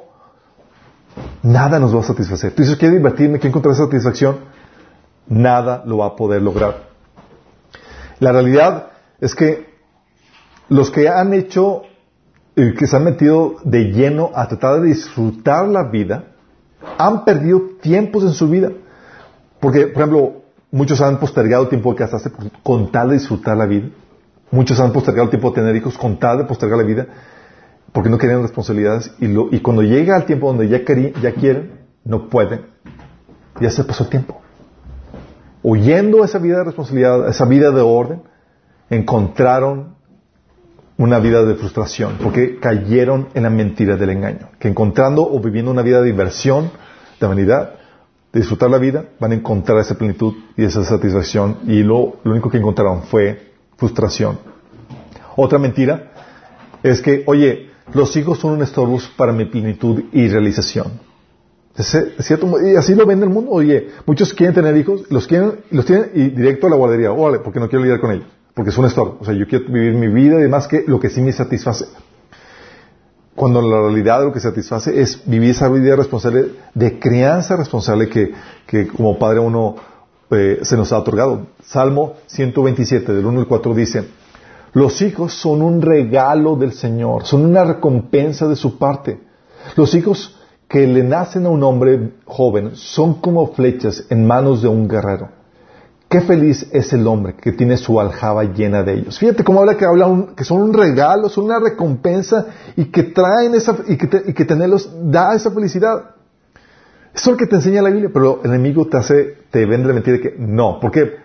nada nos va a satisfacer. Tú dices, quiero divertirme, quiero encontrar esa satisfacción. Nada lo va a poder lograr. La realidad es que los que han hecho, que se han metido de lleno a tratar de disfrutar la vida, han perdido tiempos en su vida. Porque, por ejemplo, muchos han postergado el tiempo de casarse con tal de disfrutar la vida. Muchos han postergado el tiempo de tener hijos con tal de postergar la vida, porque no querían responsabilidades. Y cuando llega el tiempo donde ya quieren, no pueden. Ya se pasó el tiempo. Huyendo esa vida de responsabilidad, esa vida de orden, encontraron una vida de frustración, porque cayeron en la mentira del engaño. Que encontrando o viviendo una vida de diversión, de vanidad, de disfrutar la vida, van a encontrar esa plenitud y esa satisfacción, y lo único que encontraron fue frustración. Otra mentira es que, oye, los hijos son un estorbo para mi plenitud y realización. ¿Es cierto? Y así lo ven en el mundo. Oye, muchos quieren tener hijos, los tienen y directo a la guardería. Órale, porque no quiero lidiar con ellos, porque es un estorbo. O sea, yo quiero vivir mi vida y demás, que lo que sí me satisface. Cuando la realidad lo que satisface es vivir esa vida responsable, de crianza responsable que como padre uno se nos ha otorgado. Salmo 127, del 1 al 4 dice, los hijos son un regalo del Señor, son una recompensa de su parte. Los hijos que le nacen a un hombre joven son como flechas en manos de un guerrero. Qué feliz es el hombre que tiene su aljaba llena de ellos. Fíjate cómo habla que son un regalo, son una recompensa y que traen que tenerlos da esa felicidad. Eso es lo que te enseña la Biblia, pero el enemigo te vende la mentira de que no. ¿Por qué?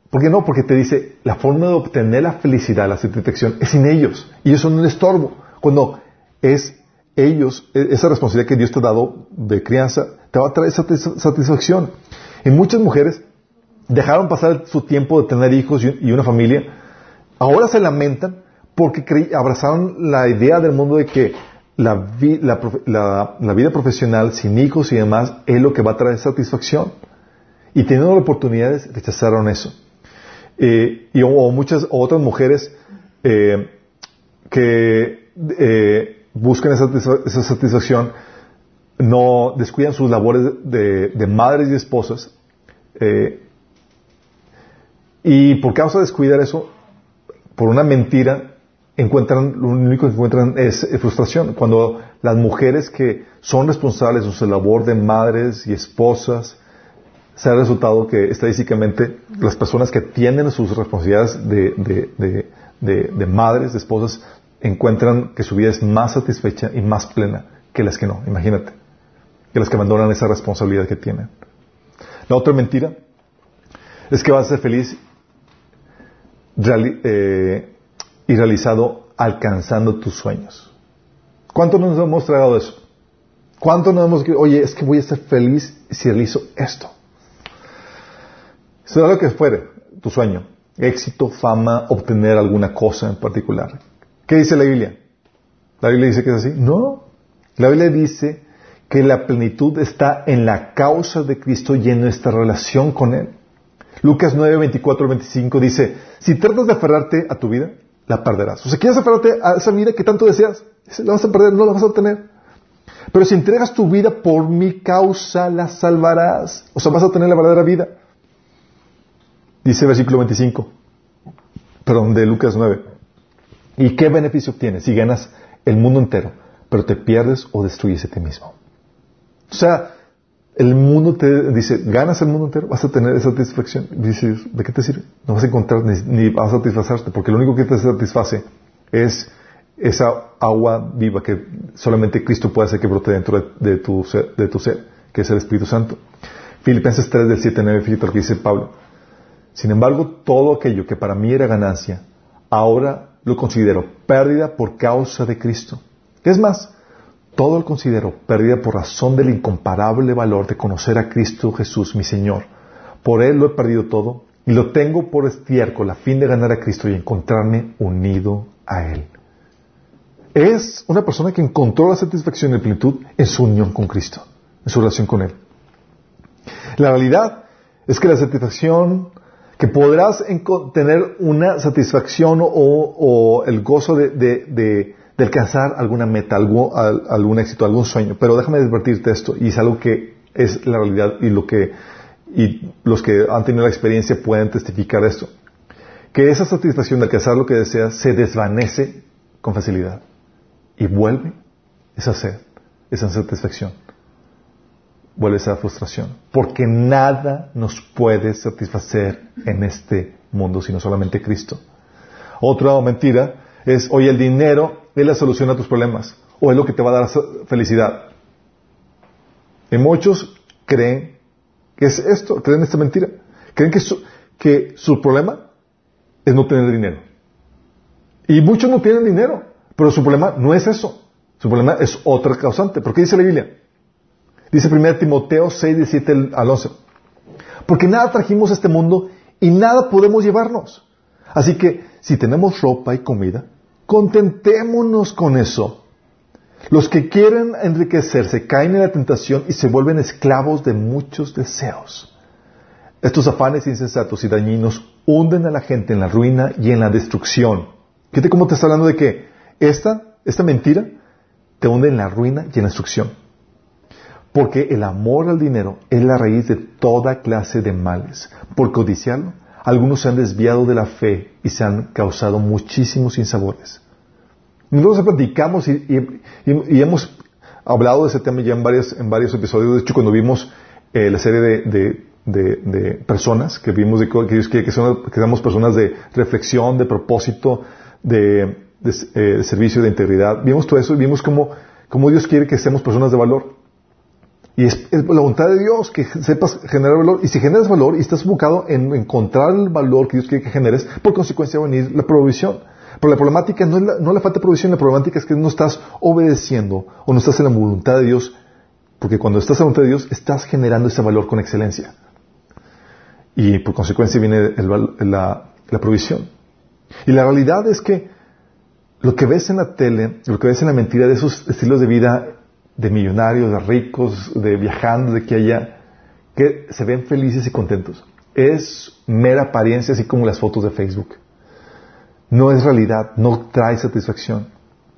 ¿Por qué no? Porque te dice, la forma de obtener la felicidad, la satisfacción, es sin ellos. Y ellos son un estorbo. Cuando es ellos, esa responsabilidad que Dios te ha dado de crianza, te va a traer satisfacción. Y muchas mujeres dejaron pasar su tiempo de tener hijos y una familia. Ahora se lamentan porque abrazaron la idea del mundo de que la vida profesional sin hijos y demás es lo que va a traer satisfacción. Y teniendo las oportunidades, rechazaron eso. O muchas otras mujeres que buscan esa satisfacción no descuidan sus labores de madres y esposas, y por causa de descuidar eso, por una mentira, lo único que encuentran es frustración. Cuando las mujeres que son responsables de su labor de madres y esposas, se ha resultado que estadísticamente las personas que tienen sus responsabilidades de madres, de esposas, encuentran que su vida es más satisfecha y más plena que las que no, imagínate, que las que abandonan esa responsabilidad que tienen. La otra mentira es que vas a ser feliz y realizado alcanzando tus sueños. ¿Cuánto nos hemos tragado eso? ¿Cuánto nos hemos dicho, oye, es que voy a ser feliz si realizo esto? Sea lo que fuere tu sueño, éxito, fama, obtener alguna cosa en particular. ¿Qué dice la Biblia? ¿La Biblia dice que es así? No. La Biblia dice que la plenitud está en la causa de Cristo y en nuestra relación con Él. Lucas 9, 24 al 25 dice, si tratas de aferrarte a tu vida, la perderás. O sea, quieres aferrarte a esa vida que tanto deseas, la vas a perder, no la vas a obtener. Pero si entregas tu vida por mi causa, la salvarás. O sea, vas a tener la verdadera vida. Dice el versículo 25, de Lucas 9. ¿Y qué beneficio obtienes si ganas el mundo entero, pero te pierdes o destruyes a ti mismo? O sea, el mundo te dice, ganas el mundo entero, vas a tener esa satisfacción. Dices, ¿de qué te sirve? No vas a encontrar ni vas a satisfacerte, porque lo único que te satisface es esa agua viva que solamente Cristo puede hacer que brote dentro de tu ser, que es el Espíritu Santo. Filipenses 3, del 7 al 9, fíjate lo que dice Pablo. Sin embargo, todo aquello que para mí era ganancia, ahora lo considero pérdida por causa de Cristo. Es más, todo lo considero pérdida por razón del incomparable valor de conocer a Cristo Jesús, mi Señor. Por Él lo he perdido todo y lo tengo por estiércol a fin de ganar a Cristo y encontrarme unido a Él. Es una persona que encontró la satisfacción y plenitud en su unión con Cristo, en su relación con Él. La realidad es que la satisfacción, que podrás tener una satisfacción o el gozo de alcanzar alguna meta, algún éxito, algún sueño. Pero déjame advertirte esto, y es algo que es la realidad y los que han tenido la experiencia pueden testificar esto. Que esa satisfacción de alcanzar lo que deseas se desvanece con facilidad y vuelve esa sed, esa satisfacción. Vuelve esa frustración. Porque nada nos puede satisfacer en este mundo, sino solamente Cristo. Otra mentira es, oye, el dinero es la solución a tus problemas, o es lo que te va a dar felicidad. Y muchos creen que es esto, creen esta mentira. Creen que su problema es no tener dinero. Y muchos no tienen dinero, pero su problema no es eso. Su problema es otra causante. ¿Por qué dice la Biblia? Dice 1 Timoteo 6, 17 al 11. Porque nada trajimos a este mundo y nada podemos llevarnos. Así que, si tenemos ropa y comida, contentémonos con eso. Los que quieren enriquecerse caen en la tentación y se vuelven esclavos de muchos deseos. Estos afanes insensatos y dañinos hunden a la gente en la ruina y en la destrucción. Fíjate cómo te está hablando de que esta mentira te hunde en la ruina y en la destrucción. Porque el amor al dinero es la raíz de toda clase de males. Por codiciarlo, algunos se han desviado de la fe y se han causado muchísimos sinsabores. Nosotros platicamos y hemos hablado de ese tema ya en varios episodios. De hecho, cuando vimos la serie de personas, que vimos que somos personas de reflexión, de propósito, de servicio, de integridad, vimos todo eso y vimos cómo Dios quiere que seamos personas de valor. Y es la voluntad de Dios que sepas generar valor. Y si generas valor y estás enfocado en encontrar el valor que Dios quiere que generes, por consecuencia va a venir la provisión. Pero la problemática no es la falta de provisión, la problemática es que no estás obedeciendo o no estás en la voluntad de Dios. Porque cuando estás en la voluntad de Dios, estás generando ese valor con excelencia. Y por consecuencia viene la provisión. Y la realidad es que lo que ves en la tele, lo que ves en la mentira de esos estilos de vida de millonarios, de ricos, de viajando de aquí a allá, que se ven felices y contentos, es mera apariencia, así como las fotos de Facebook. No es realidad, no trae satisfacción.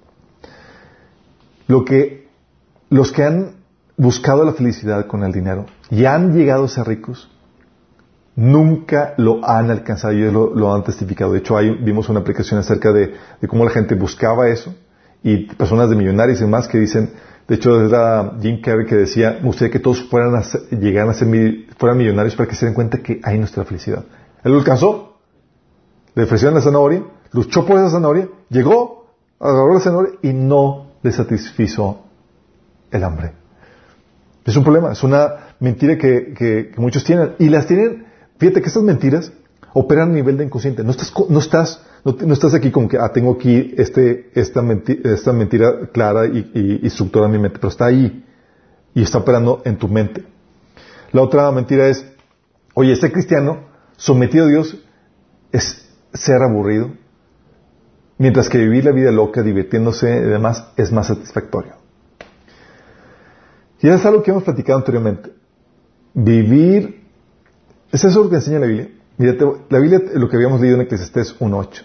Los que han buscado la felicidad con el dinero y han llegado a ser ricos, nunca lo han alcanzado. Ellos lo han testificado. De hecho, vimos una aplicación acerca de cómo la gente buscaba eso, y personas de millonarios y demás que dicen, de hecho era Jim Carrey que decía, me gustaría que todos fueran millonarios para que se den cuenta que hay nuestra felicidad. Él lo alcanzó, le ofrecieron la zanahoria, luchó por esa zanahoria, llegó, agarró la zanahoria y no le satisfizo el hambre. Es un problema, es una mentira que muchos tienen, y las tienen. Fíjate que estas mentiras operan a nivel de inconsciente. No estás aquí como que, tengo aquí esta mentira clara y estructurada en mi mente, pero está ahí y está operando en tu mente. La otra mentira es, oye, ser cristiano sometido a Dios es ser aburrido, mientras que vivir la vida loca, divirtiéndose y demás, es más satisfactorio. Y es algo que hemos platicado anteriormente. Vivir, es eso lo que enseña la Biblia. Mira, la Biblia, lo que habíamos leído en Eclesiastés 1:8.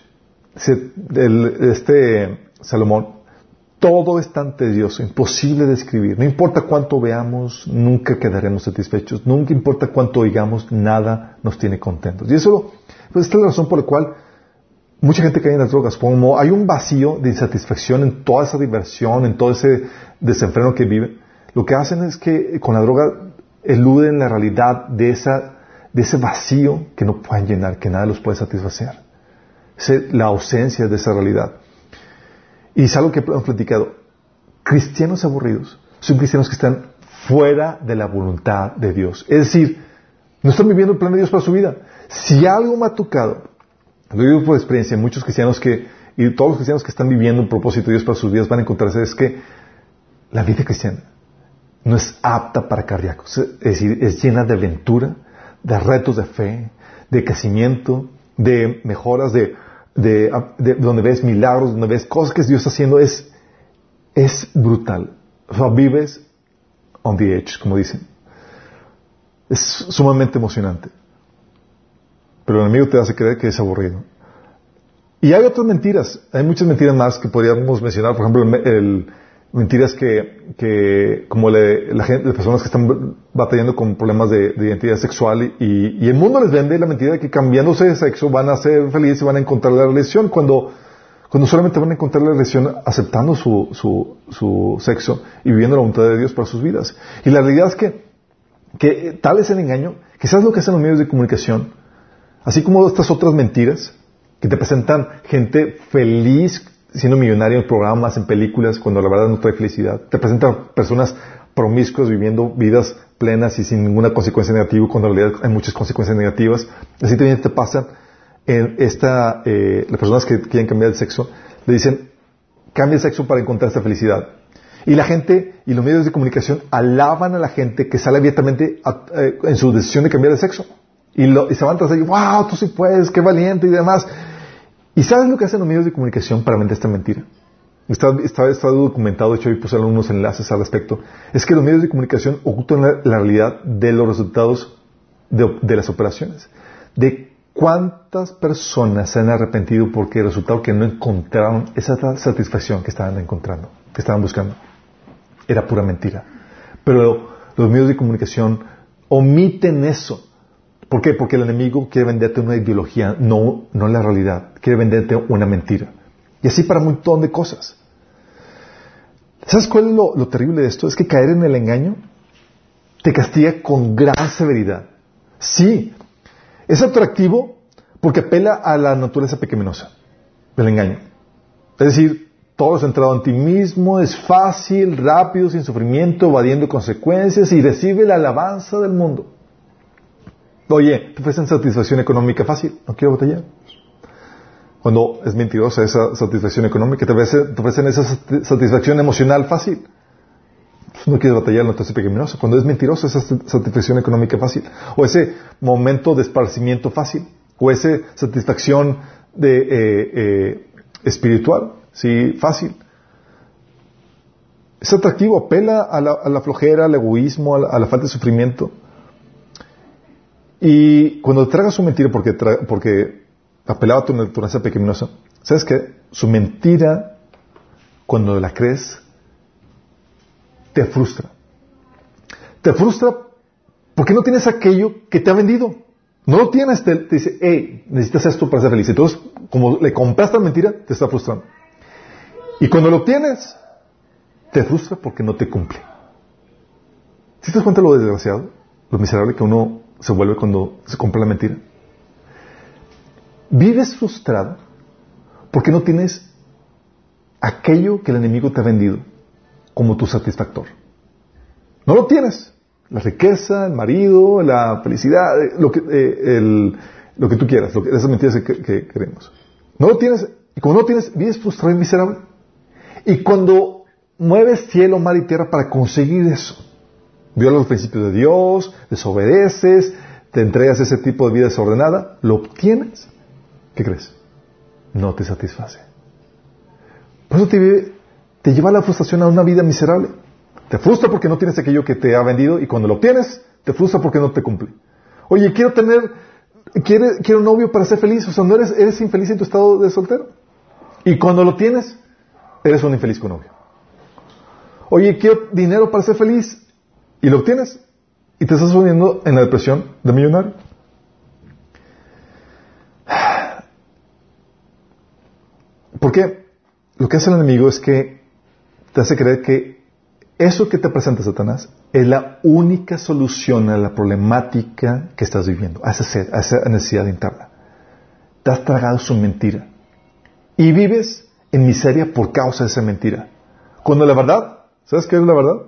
Salomón, todo es tan tedioso, imposible de escribir. No importa cuánto veamos, nunca quedaremos satisfechos. Nunca importa cuánto oigamos, nada nos tiene contentos. Y eso, pues esta es la razón por la cual mucha gente cae en las drogas. Como hay un vacío de insatisfacción en toda esa diversión, en todo ese desenfreno que viven, lo que hacen es que con la droga eluden la realidad de ese vacío que no pueden llenar, que nada los puede satisfacer. La ausencia de esa realidad. Y es algo que hemos platicado. Cristianos aburridos son cristianos que están fuera de la voluntad de Dios. Es decir, no están viviendo el plan de Dios para su vida. Si algo me ha tocado, lo digo por experiencia, muchos cristianos y todos los cristianos que están viviendo un propósito de Dios para sus vidas van a encontrarse, es que la vida cristiana no es apta para cardíacos. Es decir, es llena de aventura, de retos de fe, de crecimiento, de mejoras, de donde ves milagros, donde ves cosas que Dios está haciendo. Es brutal. O sea, vives on the edge, como dicen. Es sumamente emocionante. Pero el enemigo te hace creer que es aburrido. Y hay otras mentiras. Hay muchas mentiras más que podríamos mencionar. Por ejemplo, mentiras que como las personas que están batallando con problemas de identidad sexual y el mundo les vende la mentira de que cambiándose de sexo van a ser felices y van a encontrar la realización, cuando solamente van a encontrar la realización aceptando su sexo y viviendo la voluntad de Dios para sus vidas. Y la realidad es que tal es el engaño, que sabes lo que hacen los medios de comunicación, así como estas otras mentiras que te presentan gente feliz siendo millonario en programas, en películas, cuando la verdad no trae felicidad. Te presentan personas promiscuas viviendo vidas plenas y sin ninguna consecuencia negativa, cuando en realidad hay muchas consecuencias negativas. Así también te pasan las personas que quieren cambiar de sexo, le dicen, cambia de sexo para encontrar esta felicidad. Y la gente y los medios de comunicación alaban a la gente que sale abiertamente en su decisión de cambiar de sexo. Y se van tras ellos, wow, tú sí puedes, qué valiente y demás. ¿Y sabes lo que hacen los medios de comunicación para vender esta mentira? Está documentado, de hecho, y puse algunos enlaces al respecto. Es que los medios de comunicación ocultan la realidad de los resultados de las operaciones. De cuántas personas se han arrepentido porque el resultado que no encontraron esa satisfacción que estaban buscando. Era pura mentira. Pero los medios de comunicación omiten eso. ¿Por qué? Porque el enemigo quiere venderte una ideología, no la realidad. Quiere venderte una mentira. Y así para un montón de cosas. ¿Sabes cuál es lo terrible de esto? Es que caer en el engaño te castiga con gran severidad. Sí, es atractivo porque apela a la naturaleza pecaminosa del engaño. Es decir, todo centrado en ti mismo, es fácil, rápido, sin sufrimiento, evadiendo consecuencias y recibe la alabanza del mundo. Oye, te ofrecen satisfacción económica fácil, no quiero batallar. Cuando es mentirosa esa satisfacción económica, te ofrecen esa satisfacción emocional fácil. Pues no quieres batallar, no te hace pecaminoso. Cuando es mentirosa esa satisfacción económica fácil. O ese momento de esparcimiento fácil. O esa satisfacción espiritual, ¿sí? Fácil. Es atractivo, apela a la flojera, al egoísmo, a la falta de sufrimiento. Y cuando tragas su mentira porque apelaba a tu naturaleza pecaminosa, ¿sabes qué? Su mentira, cuando la crees, te frustra. Te frustra porque no tienes aquello que te ha vendido. No lo tienes, te dice, hey, necesitas esto para ser feliz. Entonces, como le compraste la mentira, te está frustrando. Y cuando lo tienes, te frustra porque no te cumple. ¿Sí te das cuenta lo desgraciado, lo miserable que uno se vuelve cuando se compra la mentira? Vives frustrado porque no tienes aquello que el enemigo te ha vendido como tu satisfactor. No lo tienes. La riqueza, el marido, la felicidad, lo que tú quieras, esas mentiras que queremos. No lo tienes, y como no lo tienes, vives frustrado y miserable. Y cuando mueves cielo, mar y tierra para conseguir eso, violas los principios de Dios, desobedeces, te entregas a ese tipo de vida desordenada, lo obtienes, ¿qué crees? No te satisface. Por eso te lleva la frustración a una vida miserable. Te frustra porque no tienes aquello que te ha vendido y cuando lo obtienes, te frustra porque no te cumple. Oye, quiero un novio para ser feliz. O sea, no eres infeliz en tu estado de soltero. Y cuando lo tienes, eres un infeliz con novio. Oye, quiero dinero para ser feliz. Y lo obtienes. Y te estás poniendo en la depresión de millonario. ¿Por qué? Lo que hace el enemigo es que te hace creer que eso que te presenta Satanás es la única solución a la problemática que estás viviendo, a esa sed, a esa necesidad interna. Te has tragado su mentira y vives en miseria por causa de esa mentira. Cuando la verdad, ¿sabes qué es la verdad?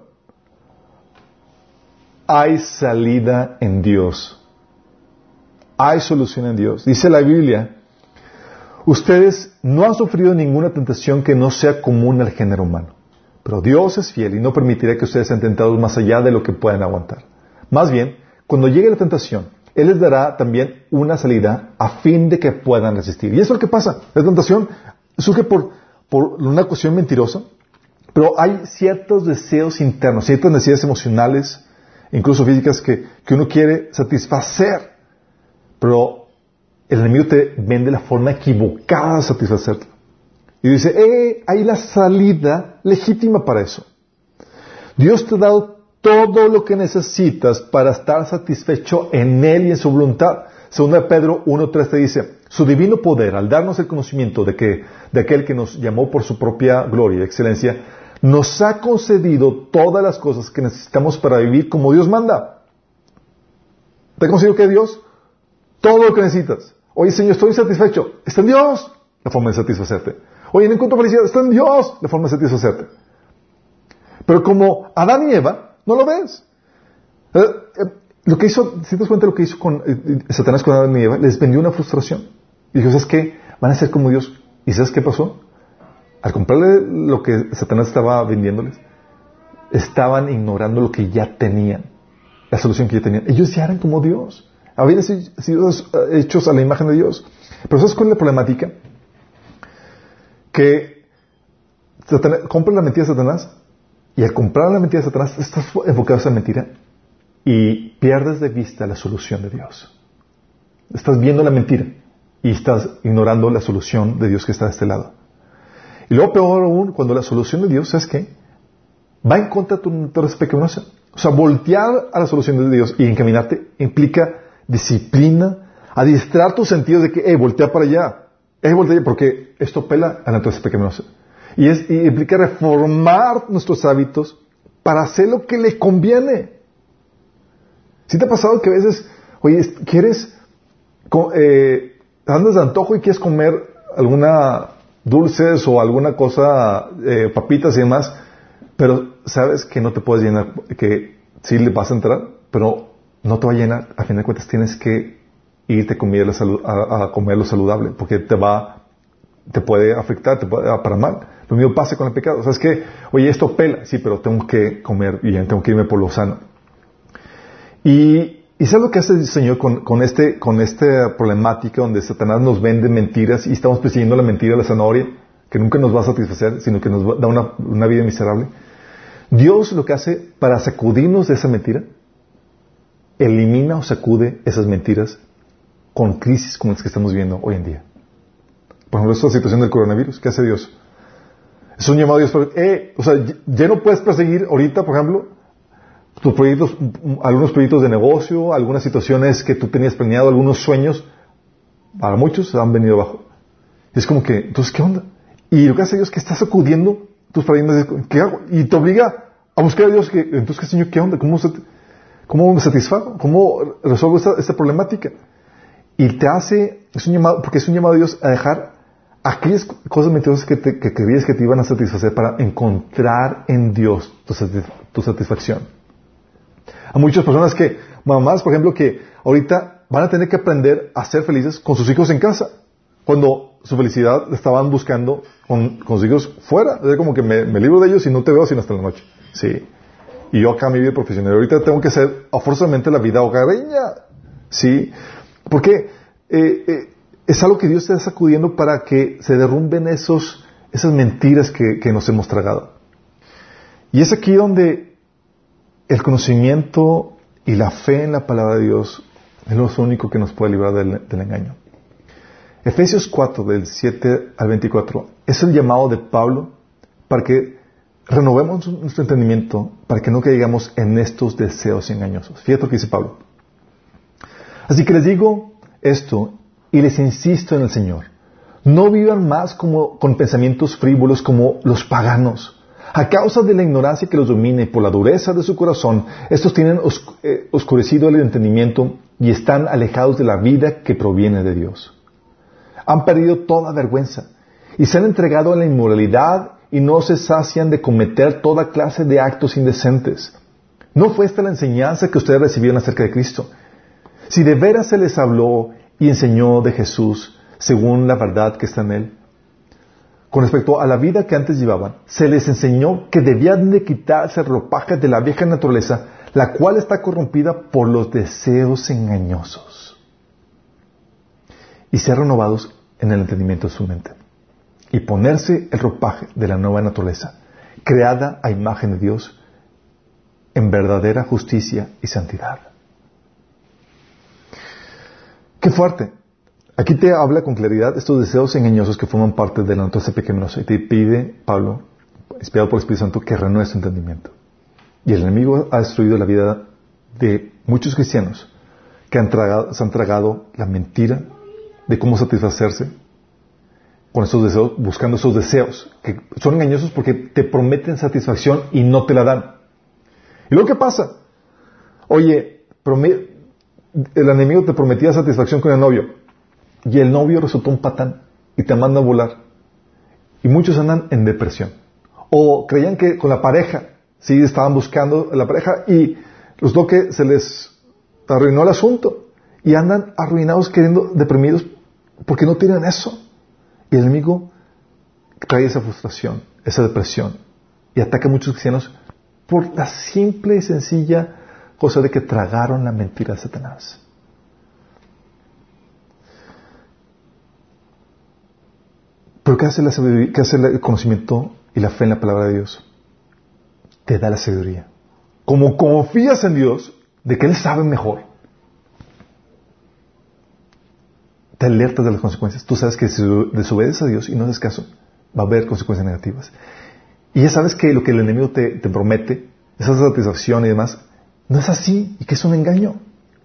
Hay salida en Dios. Hay solución en Dios. Dice la Biblia, ustedes no han sufrido ninguna tentación que no sea común al género humano. Pero Dios es fiel y no permitirá que ustedes sean tentados más allá de lo que puedan aguantar. Más bien, cuando llegue la tentación, Él les dará también una salida a fin de que puedan resistir. Y eso es lo que pasa. La tentación surge por una cuestión mentirosa, pero hay ciertos deseos internos, ciertas necesidades emocionales, incluso físicas, que uno quiere satisfacer. Pero el enemigo te vende la forma equivocada de satisfacerlo. Y dice, hay la salida legítima para eso. Dios te ha dado todo lo que necesitas para estar satisfecho en Él y en su voluntad. Según Pedro 1:3 te dice, su divino poder, al darnos el conocimiento de aquel que nos llamó por su propia gloria y excelencia, nos ha concedido todas las cosas que necesitamos para vivir como Dios manda. ¿Te ha concedido que Dios? Todo lo que necesitas. Oye, Señor, estoy insatisfecho. Está en Dios la forma de satisfacerte. Oye, no encuentro felicidad. Está en Dios la forma de satisfacerte. Pero como Adán y Eva, no lo ves. Lo que hizo, si te das cuenta de lo que hizo con Satanás con Adán y Eva, les vendió una frustración. Y dijo, ¿sabes qué? Van a ser como Dios. ¿Y sabes qué pasó? Al comprarle lo que Satanás estaba vendiéndoles, estaban ignorando lo que ya tenían, la solución que ya tenían. Ellos ya eran como Dios. Habían sido hechos a la imagen de Dios. Pero ¿sabes cuál es la problemática? Que compras la mentira de Satanás y al comprar la mentira de Satanás estás enfocado en esa mentira y pierdes de vista la solución de Dios. Estás viendo la mentira y estás ignorando la solución de Dios que está de este lado. Y luego peor aún, cuando la solución de Dios, ¿sabes qué? Va en contra de tu naturaleza pecaminosa. O sea, voltear a la solución de Dios y encaminarte implica disciplina, adiestrar tus sentidos de que, voltea para allá. Porque esto apela a la naturaleza pecaminosa. Y implica reformar nuestros hábitos para hacer lo que le conviene. ¿Sí te ha pasado que a veces, oye, andas de antojo y quieres comer alguna dulces o alguna cosa, papitas y demás, pero sabes que no te puedes llenar, que sí le vas a entrar, pero no te va a llenar. A fin de cuentas tienes que irte a comer lo saludable, porque te puede afectar, te puede para mal. Lo mismo pasa con el pecado. O sea, es que, oye, esto pela, sí, pero tengo que comer bien, tengo que irme por lo sano. Y ¿sabes lo que hace el Señor con esta problemática donde Satanás nos vende mentiras y estamos persiguiendo la mentira, la zanahoria, que nunca nos va a satisfacer, sino que nos da una vida miserable? Dios lo que hace para sacudirnos de esa mentira, elimina o sacude esas mentiras con crisis como las que estamos viendo hoy en día. Por ejemplo, esta situación del coronavirus, ¿qué hace Dios? Es un llamado a Dios para, o sea, ya no puedes perseguir ahorita, por ejemplo, tus proyectos, algunos proyectos de negocio, algunas situaciones que tú tenías planeado, algunos sueños, para muchos se han venido abajo. Es como que, entonces, ¿qué onda? Y lo que hace Dios es que está sacudiendo tus paradigmas de, ¿qué hago? Y te obliga a buscar a Dios, entonces, ¿qué Señor? ¿Qué onda? ¿Cómo me satisfago? ¿Cómo resuelvo esta problemática? Y te hace, es un llamado, porque es un llamado de Dios a dejar aquellas cosas mentirosas que creías que te iban a satisfacer para encontrar en Dios tu satisfacción. A muchas personas mamás, por ejemplo, que ahorita van a tener que aprender a ser felices con sus hijos en casa, cuando su felicidad la estaban buscando con sus hijos fuera. Es como que me libro de ellos y no te veo sino hasta la noche. Sí. Y yo acá mi vida profesional, ahorita tengo que hacer forzosamente la vida hogareña. Sí. Porque es algo que Dios está sacudiendo para que se derrumben esas mentiras que nos hemos tragado. Y es aquí donde el conocimiento y la fe en la palabra de Dios es lo único que nos puede librar del engaño. Efesios 4, del 7 al 24, es el llamado de Pablo para que renovemos nuestro entendimiento, para que no caigamos en estos deseos engañosos. Fíjate lo que dice Pablo. Así que les digo esto y les insisto en el Señor. No vivan más con pensamientos frívolos como los paganos. A causa de la ignorancia que los domina y por la dureza de su corazón, estos tienen oscurecido el entendimiento y están alejados de la vida que proviene de Dios. Han perdido toda vergüenza y se han entregado a la inmoralidad y no se sacian de cometer toda clase de actos indecentes. ¿No fue esta la enseñanza que ustedes recibieron acerca de Cristo? Si de veras se les habló y enseñó de Jesús según la verdad que está en Él, con respecto a la vida que antes llevaban, se les enseñó que debían de quitarse el ropaje de la vieja naturaleza, la cual está corrompida por los deseos engañosos, y ser renovados en el entendimiento de su mente, y ponerse el ropaje de la nueva naturaleza, creada a imagen de Dios, en verdadera justicia y santidad. ¡Qué fuerte! Aquí te habla con claridad estos deseos engañosos que forman parte de la naturaleza pecaminosa y te pide, Pablo, inspirado por el Espíritu Santo, que renueves tu entendimiento. Y el enemigo ha destruido la vida de muchos cristianos que se han tragado la mentira de cómo satisfacerse con esos deseos, buscando esos deseos, que son engañosos porque te prometen satisfacción y no te la dan. ¿Y luego qué pasa? Oye, el enemigo te prometía satisfacción con el novio. Y el novio resultó un patán y te manda a volar. Y muchos andan en depresión. O creían que con la pareja, sí, estaban buscando la pareja y resultó que se les arruinó el asunto. Y andan arruinados, deprimidos, porque no tienen eso. Y el enemigo trae esa frustración, esa depresión. Y ataca a muchos cristianos por la simple y sencilla cosa de que tragaron la mentira de Satanás. Pero ¿qué hace el conocimiento y la fe en la palabra de Dios? Te da la sabiduría. Como confías en Dios, de que Él sabe mejor, te alertas de las consecuencias. Tú sabes que si desobedeces a Dios y no haces caso, va a haber consecuencias negativas. Y ya sabes que lo que el enemigo te promete, esa satisfacción y demás, no es así y que es un engaño.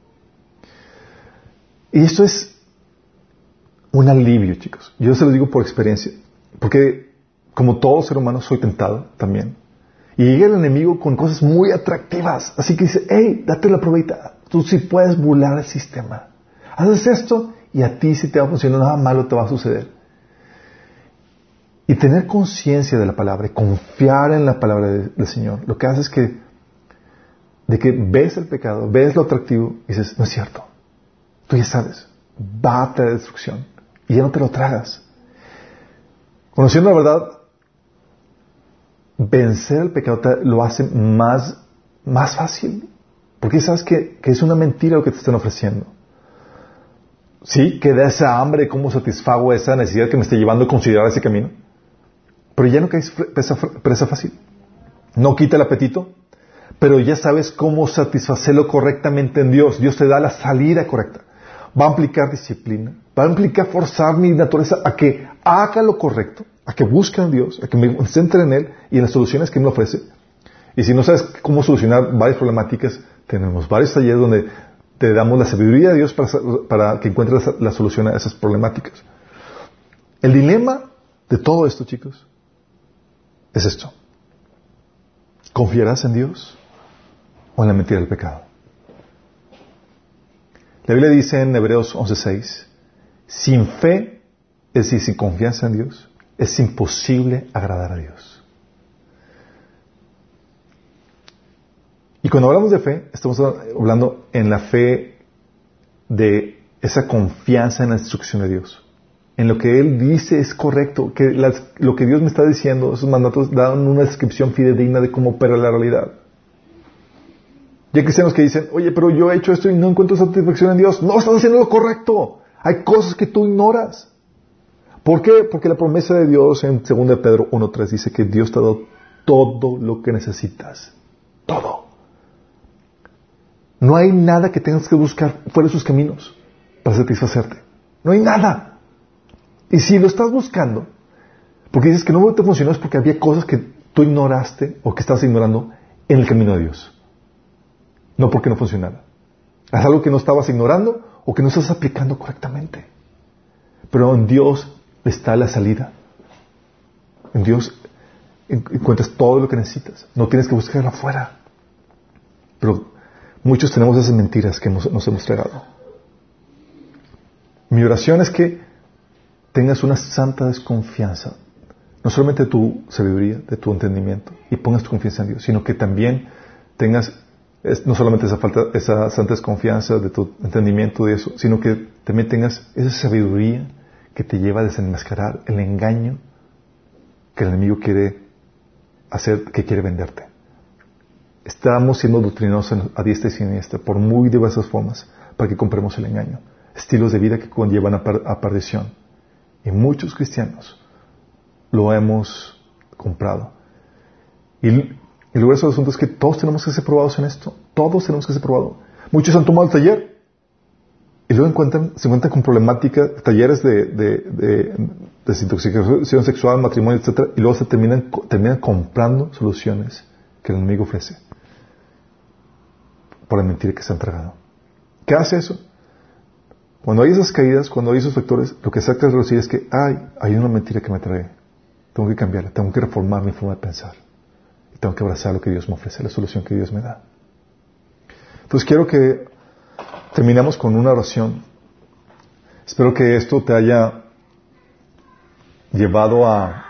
Y esto es un alivio, chicos. Yo se lo digo por experiencia. Porque como todo ser humano soy tentado también. Y llega el enemigo con cosas muy atractivas. Así que dice, hey, date la probita. Tú sí puedes burlar el sistema. Haces esto y a ti sí te va a funcionar. Nada malo te va a suceder. Y tener conciencia de la palabra y confiar en la palabra del Señor, lo que hace es que ves el pecado, ves lo atractivo y dices, no es cierto. Tú ya sabes, va a traer destrucción y ya no te lo tragas. Conociendo la verdad, vencer el pecado lo hace más fácil. Porque sabes que es una mentira lo que te están ofreciendo. Sí, que da esa hambre, cómo satisfago esa necesidad que me está llevando a considerar ese camino. Pero ya no caes presa fácil. No quita el apetito, pero ya sabes cómo satisfacerlo correctamente en Dios. Dios te da la salida correcta. Va a implicar disciplina, va a implicar forzar mi naturaleza a que haga lo correcto, a que busque en Dios, a que me centre en Él y en las soluciones que me ofrece. Y si no sabes cómo solucionar varias problemáticas, tenemos varios talleres donde te damos la sabiduría de Dios para que encuentres la solución a esas problemáticas. El dilema de todo esto, chicos, es esto. ¿Confiarás en Dios o en la mentira del pecado? La Biblia dice en Hebreos 11:6, sin fe, es decir, sin confianza en Dios, es imposible agradar a Dios. Y cuando hablamos de fe, estamos hablando en la fe de esa confianza en la instrucción de Dios. En lo que Él dice es correcto, que lo que Dios me está diciendo, esos mandatos dan una descripción fidedigna de cómo opera la realidad. Y hay cristianos que dicen, oye, pero yo he hecho esto y no encuentro satisfacción en Dios. No, estás haciendo lo correcto. Hay cosas que tú ignoras. ¿Por qué? Porque la promesa de Dios en 2 Pedro 1:3 dice que Dios te ha dado todo lo que necesitas. Todo. No hay nada que tengas que buscar fuera de sus caminos para satisfacerte. No hay nada. Y si lo estás buscando, porque dices que no te funcionó, es porque había cosas que tú ignoraste o que estabas ignorando en el camino de Dios. No porque no funcionara. Es algo que no estabas ignorando o que no estás aplicando correctamente. Pero en Dios está la salida. En Dios encuentras todo lo que necesitas. No tienes que buscarlo afuera. Pero muchos tenemos esas mentiras que nos hemos tragado. Mi oración es que tengas una santa desconfianza, no solamente de tu sabiduría, de tu entendimiento, y pongas tu confianza en Dios, sino que también tengas no solamente esa santa desconfianza de tu entendimiento de eso, sino que también tengas esa sabiduría que te lleva a desenmascarar el engaño que el enemigo quiere hacer, que quiere venderte. Estamos siendo doctrinados a diestra y siniestra por muy diversas formas para que compremos el engaño. Estilos de vida que conllevan a perdición. Y muchos cristianos lo hemos comprado. Y el grueso del asunto es que todos tenemos que ser probados en esto. Todos tenemos que ser probados. Muchos han tomado el taller y luego se encuentran con problemáticas, talleres de desintoxicación sexual, matrimonio, etcétera, y luego se terminan comprando soluciones que el enemigo ofrece por la mentira que se han tragado. ¿Qué hace eso? Cuando hay esas caídas, cuando hay esos factores, lo que saca de relucir es que hay una mentira que me trae. Tengo que cambiarla, tengo que reformar mi forma de pensar. Y tengo que abrazar lo que Dios me ofrece, la solución que Dios me da. Entonces quiero que terminemos con una oración. Espero que esto te haya llevado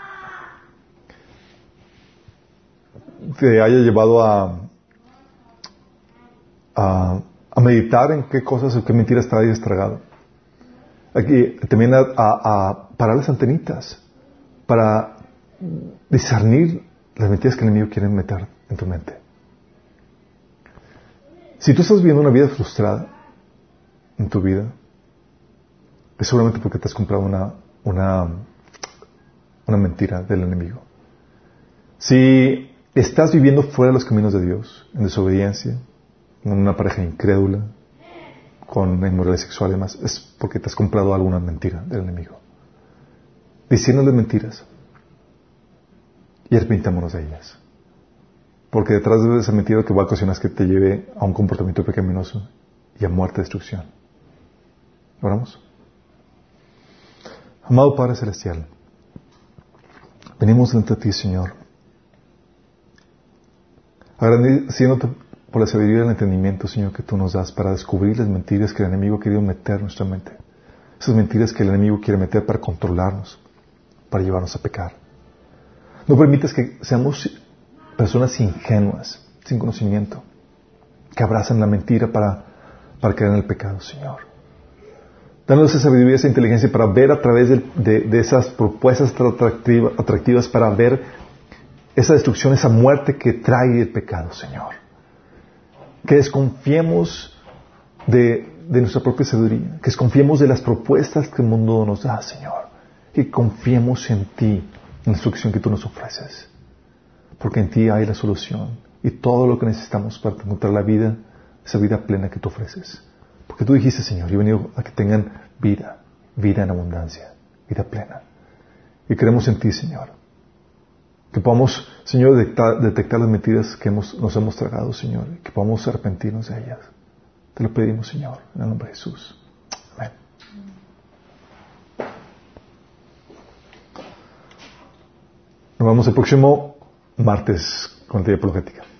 a meditar en qué cosas o qué mentiras traes tragado. Aquí también a parar las antenitas para discernir las mentiras que el enemigo quiere meter en tu mente. Si tú estás viviendo una vida frustrada en tu vida, es seguramente porque te has comprado una mentira del enemigo. Si estás viviendo fuera de los caminos de Dios, en desobediencia, con una pareja incrédula, con inmoralidad sexual y demás, es porque te has comprado alguna mentira del enemigo. Diciéndole mentiras y arrepintámonos de ellas. Porque detrás de esa mentira lo que va a ocasionar es que te lleve a un comportamiento pecaminoso y a muerte y destrucción. ¿Oramos? Amado Padre Celestial, venimos delante de ti, Señor, agradeciéndote por la sabiduría y el entendimiento, Señor, que tú nos das para descubrir las mentiras que el enemigo ha querido meter en nuestra mente. Esas mentiras que el enemigo quiere meter para controlarnos, para llevarnos a pecar. No permitas que seamos personas ingenuas, sin conocimiento, que abrazan la mentira para caer en el pecado, Señor. Danos esa sabiduría, esa inteligencia para ver a través de esas propuestas atractivas, para ver esa destrucción, esa muerte que trae el pecado, Señor. Que desconfiemos de nuestra propia sabiduría, que desconfiemos de las propuestas que el mundo nos da, Señor. Que confiemos en ti, en la instrucción que tú nos ofreces. Porque en ti hay la solución y todo lo que necesitamos para encontrar la vida, esa vida plena que tú ofreces. Porque tú dijiste, Señor, yo he venido a que tengan vida en abundancia, vida plena. Y creemos en ti, Señor. Que podamos, Señor, detectar las mentiras que nos hemos tragado, Señor. Que podamos arrepentirnos de ellas. Te lo pedimos, Señor, en el nombre de Jesús. Amén. Nos vemos el próximo martes con la teoría profética.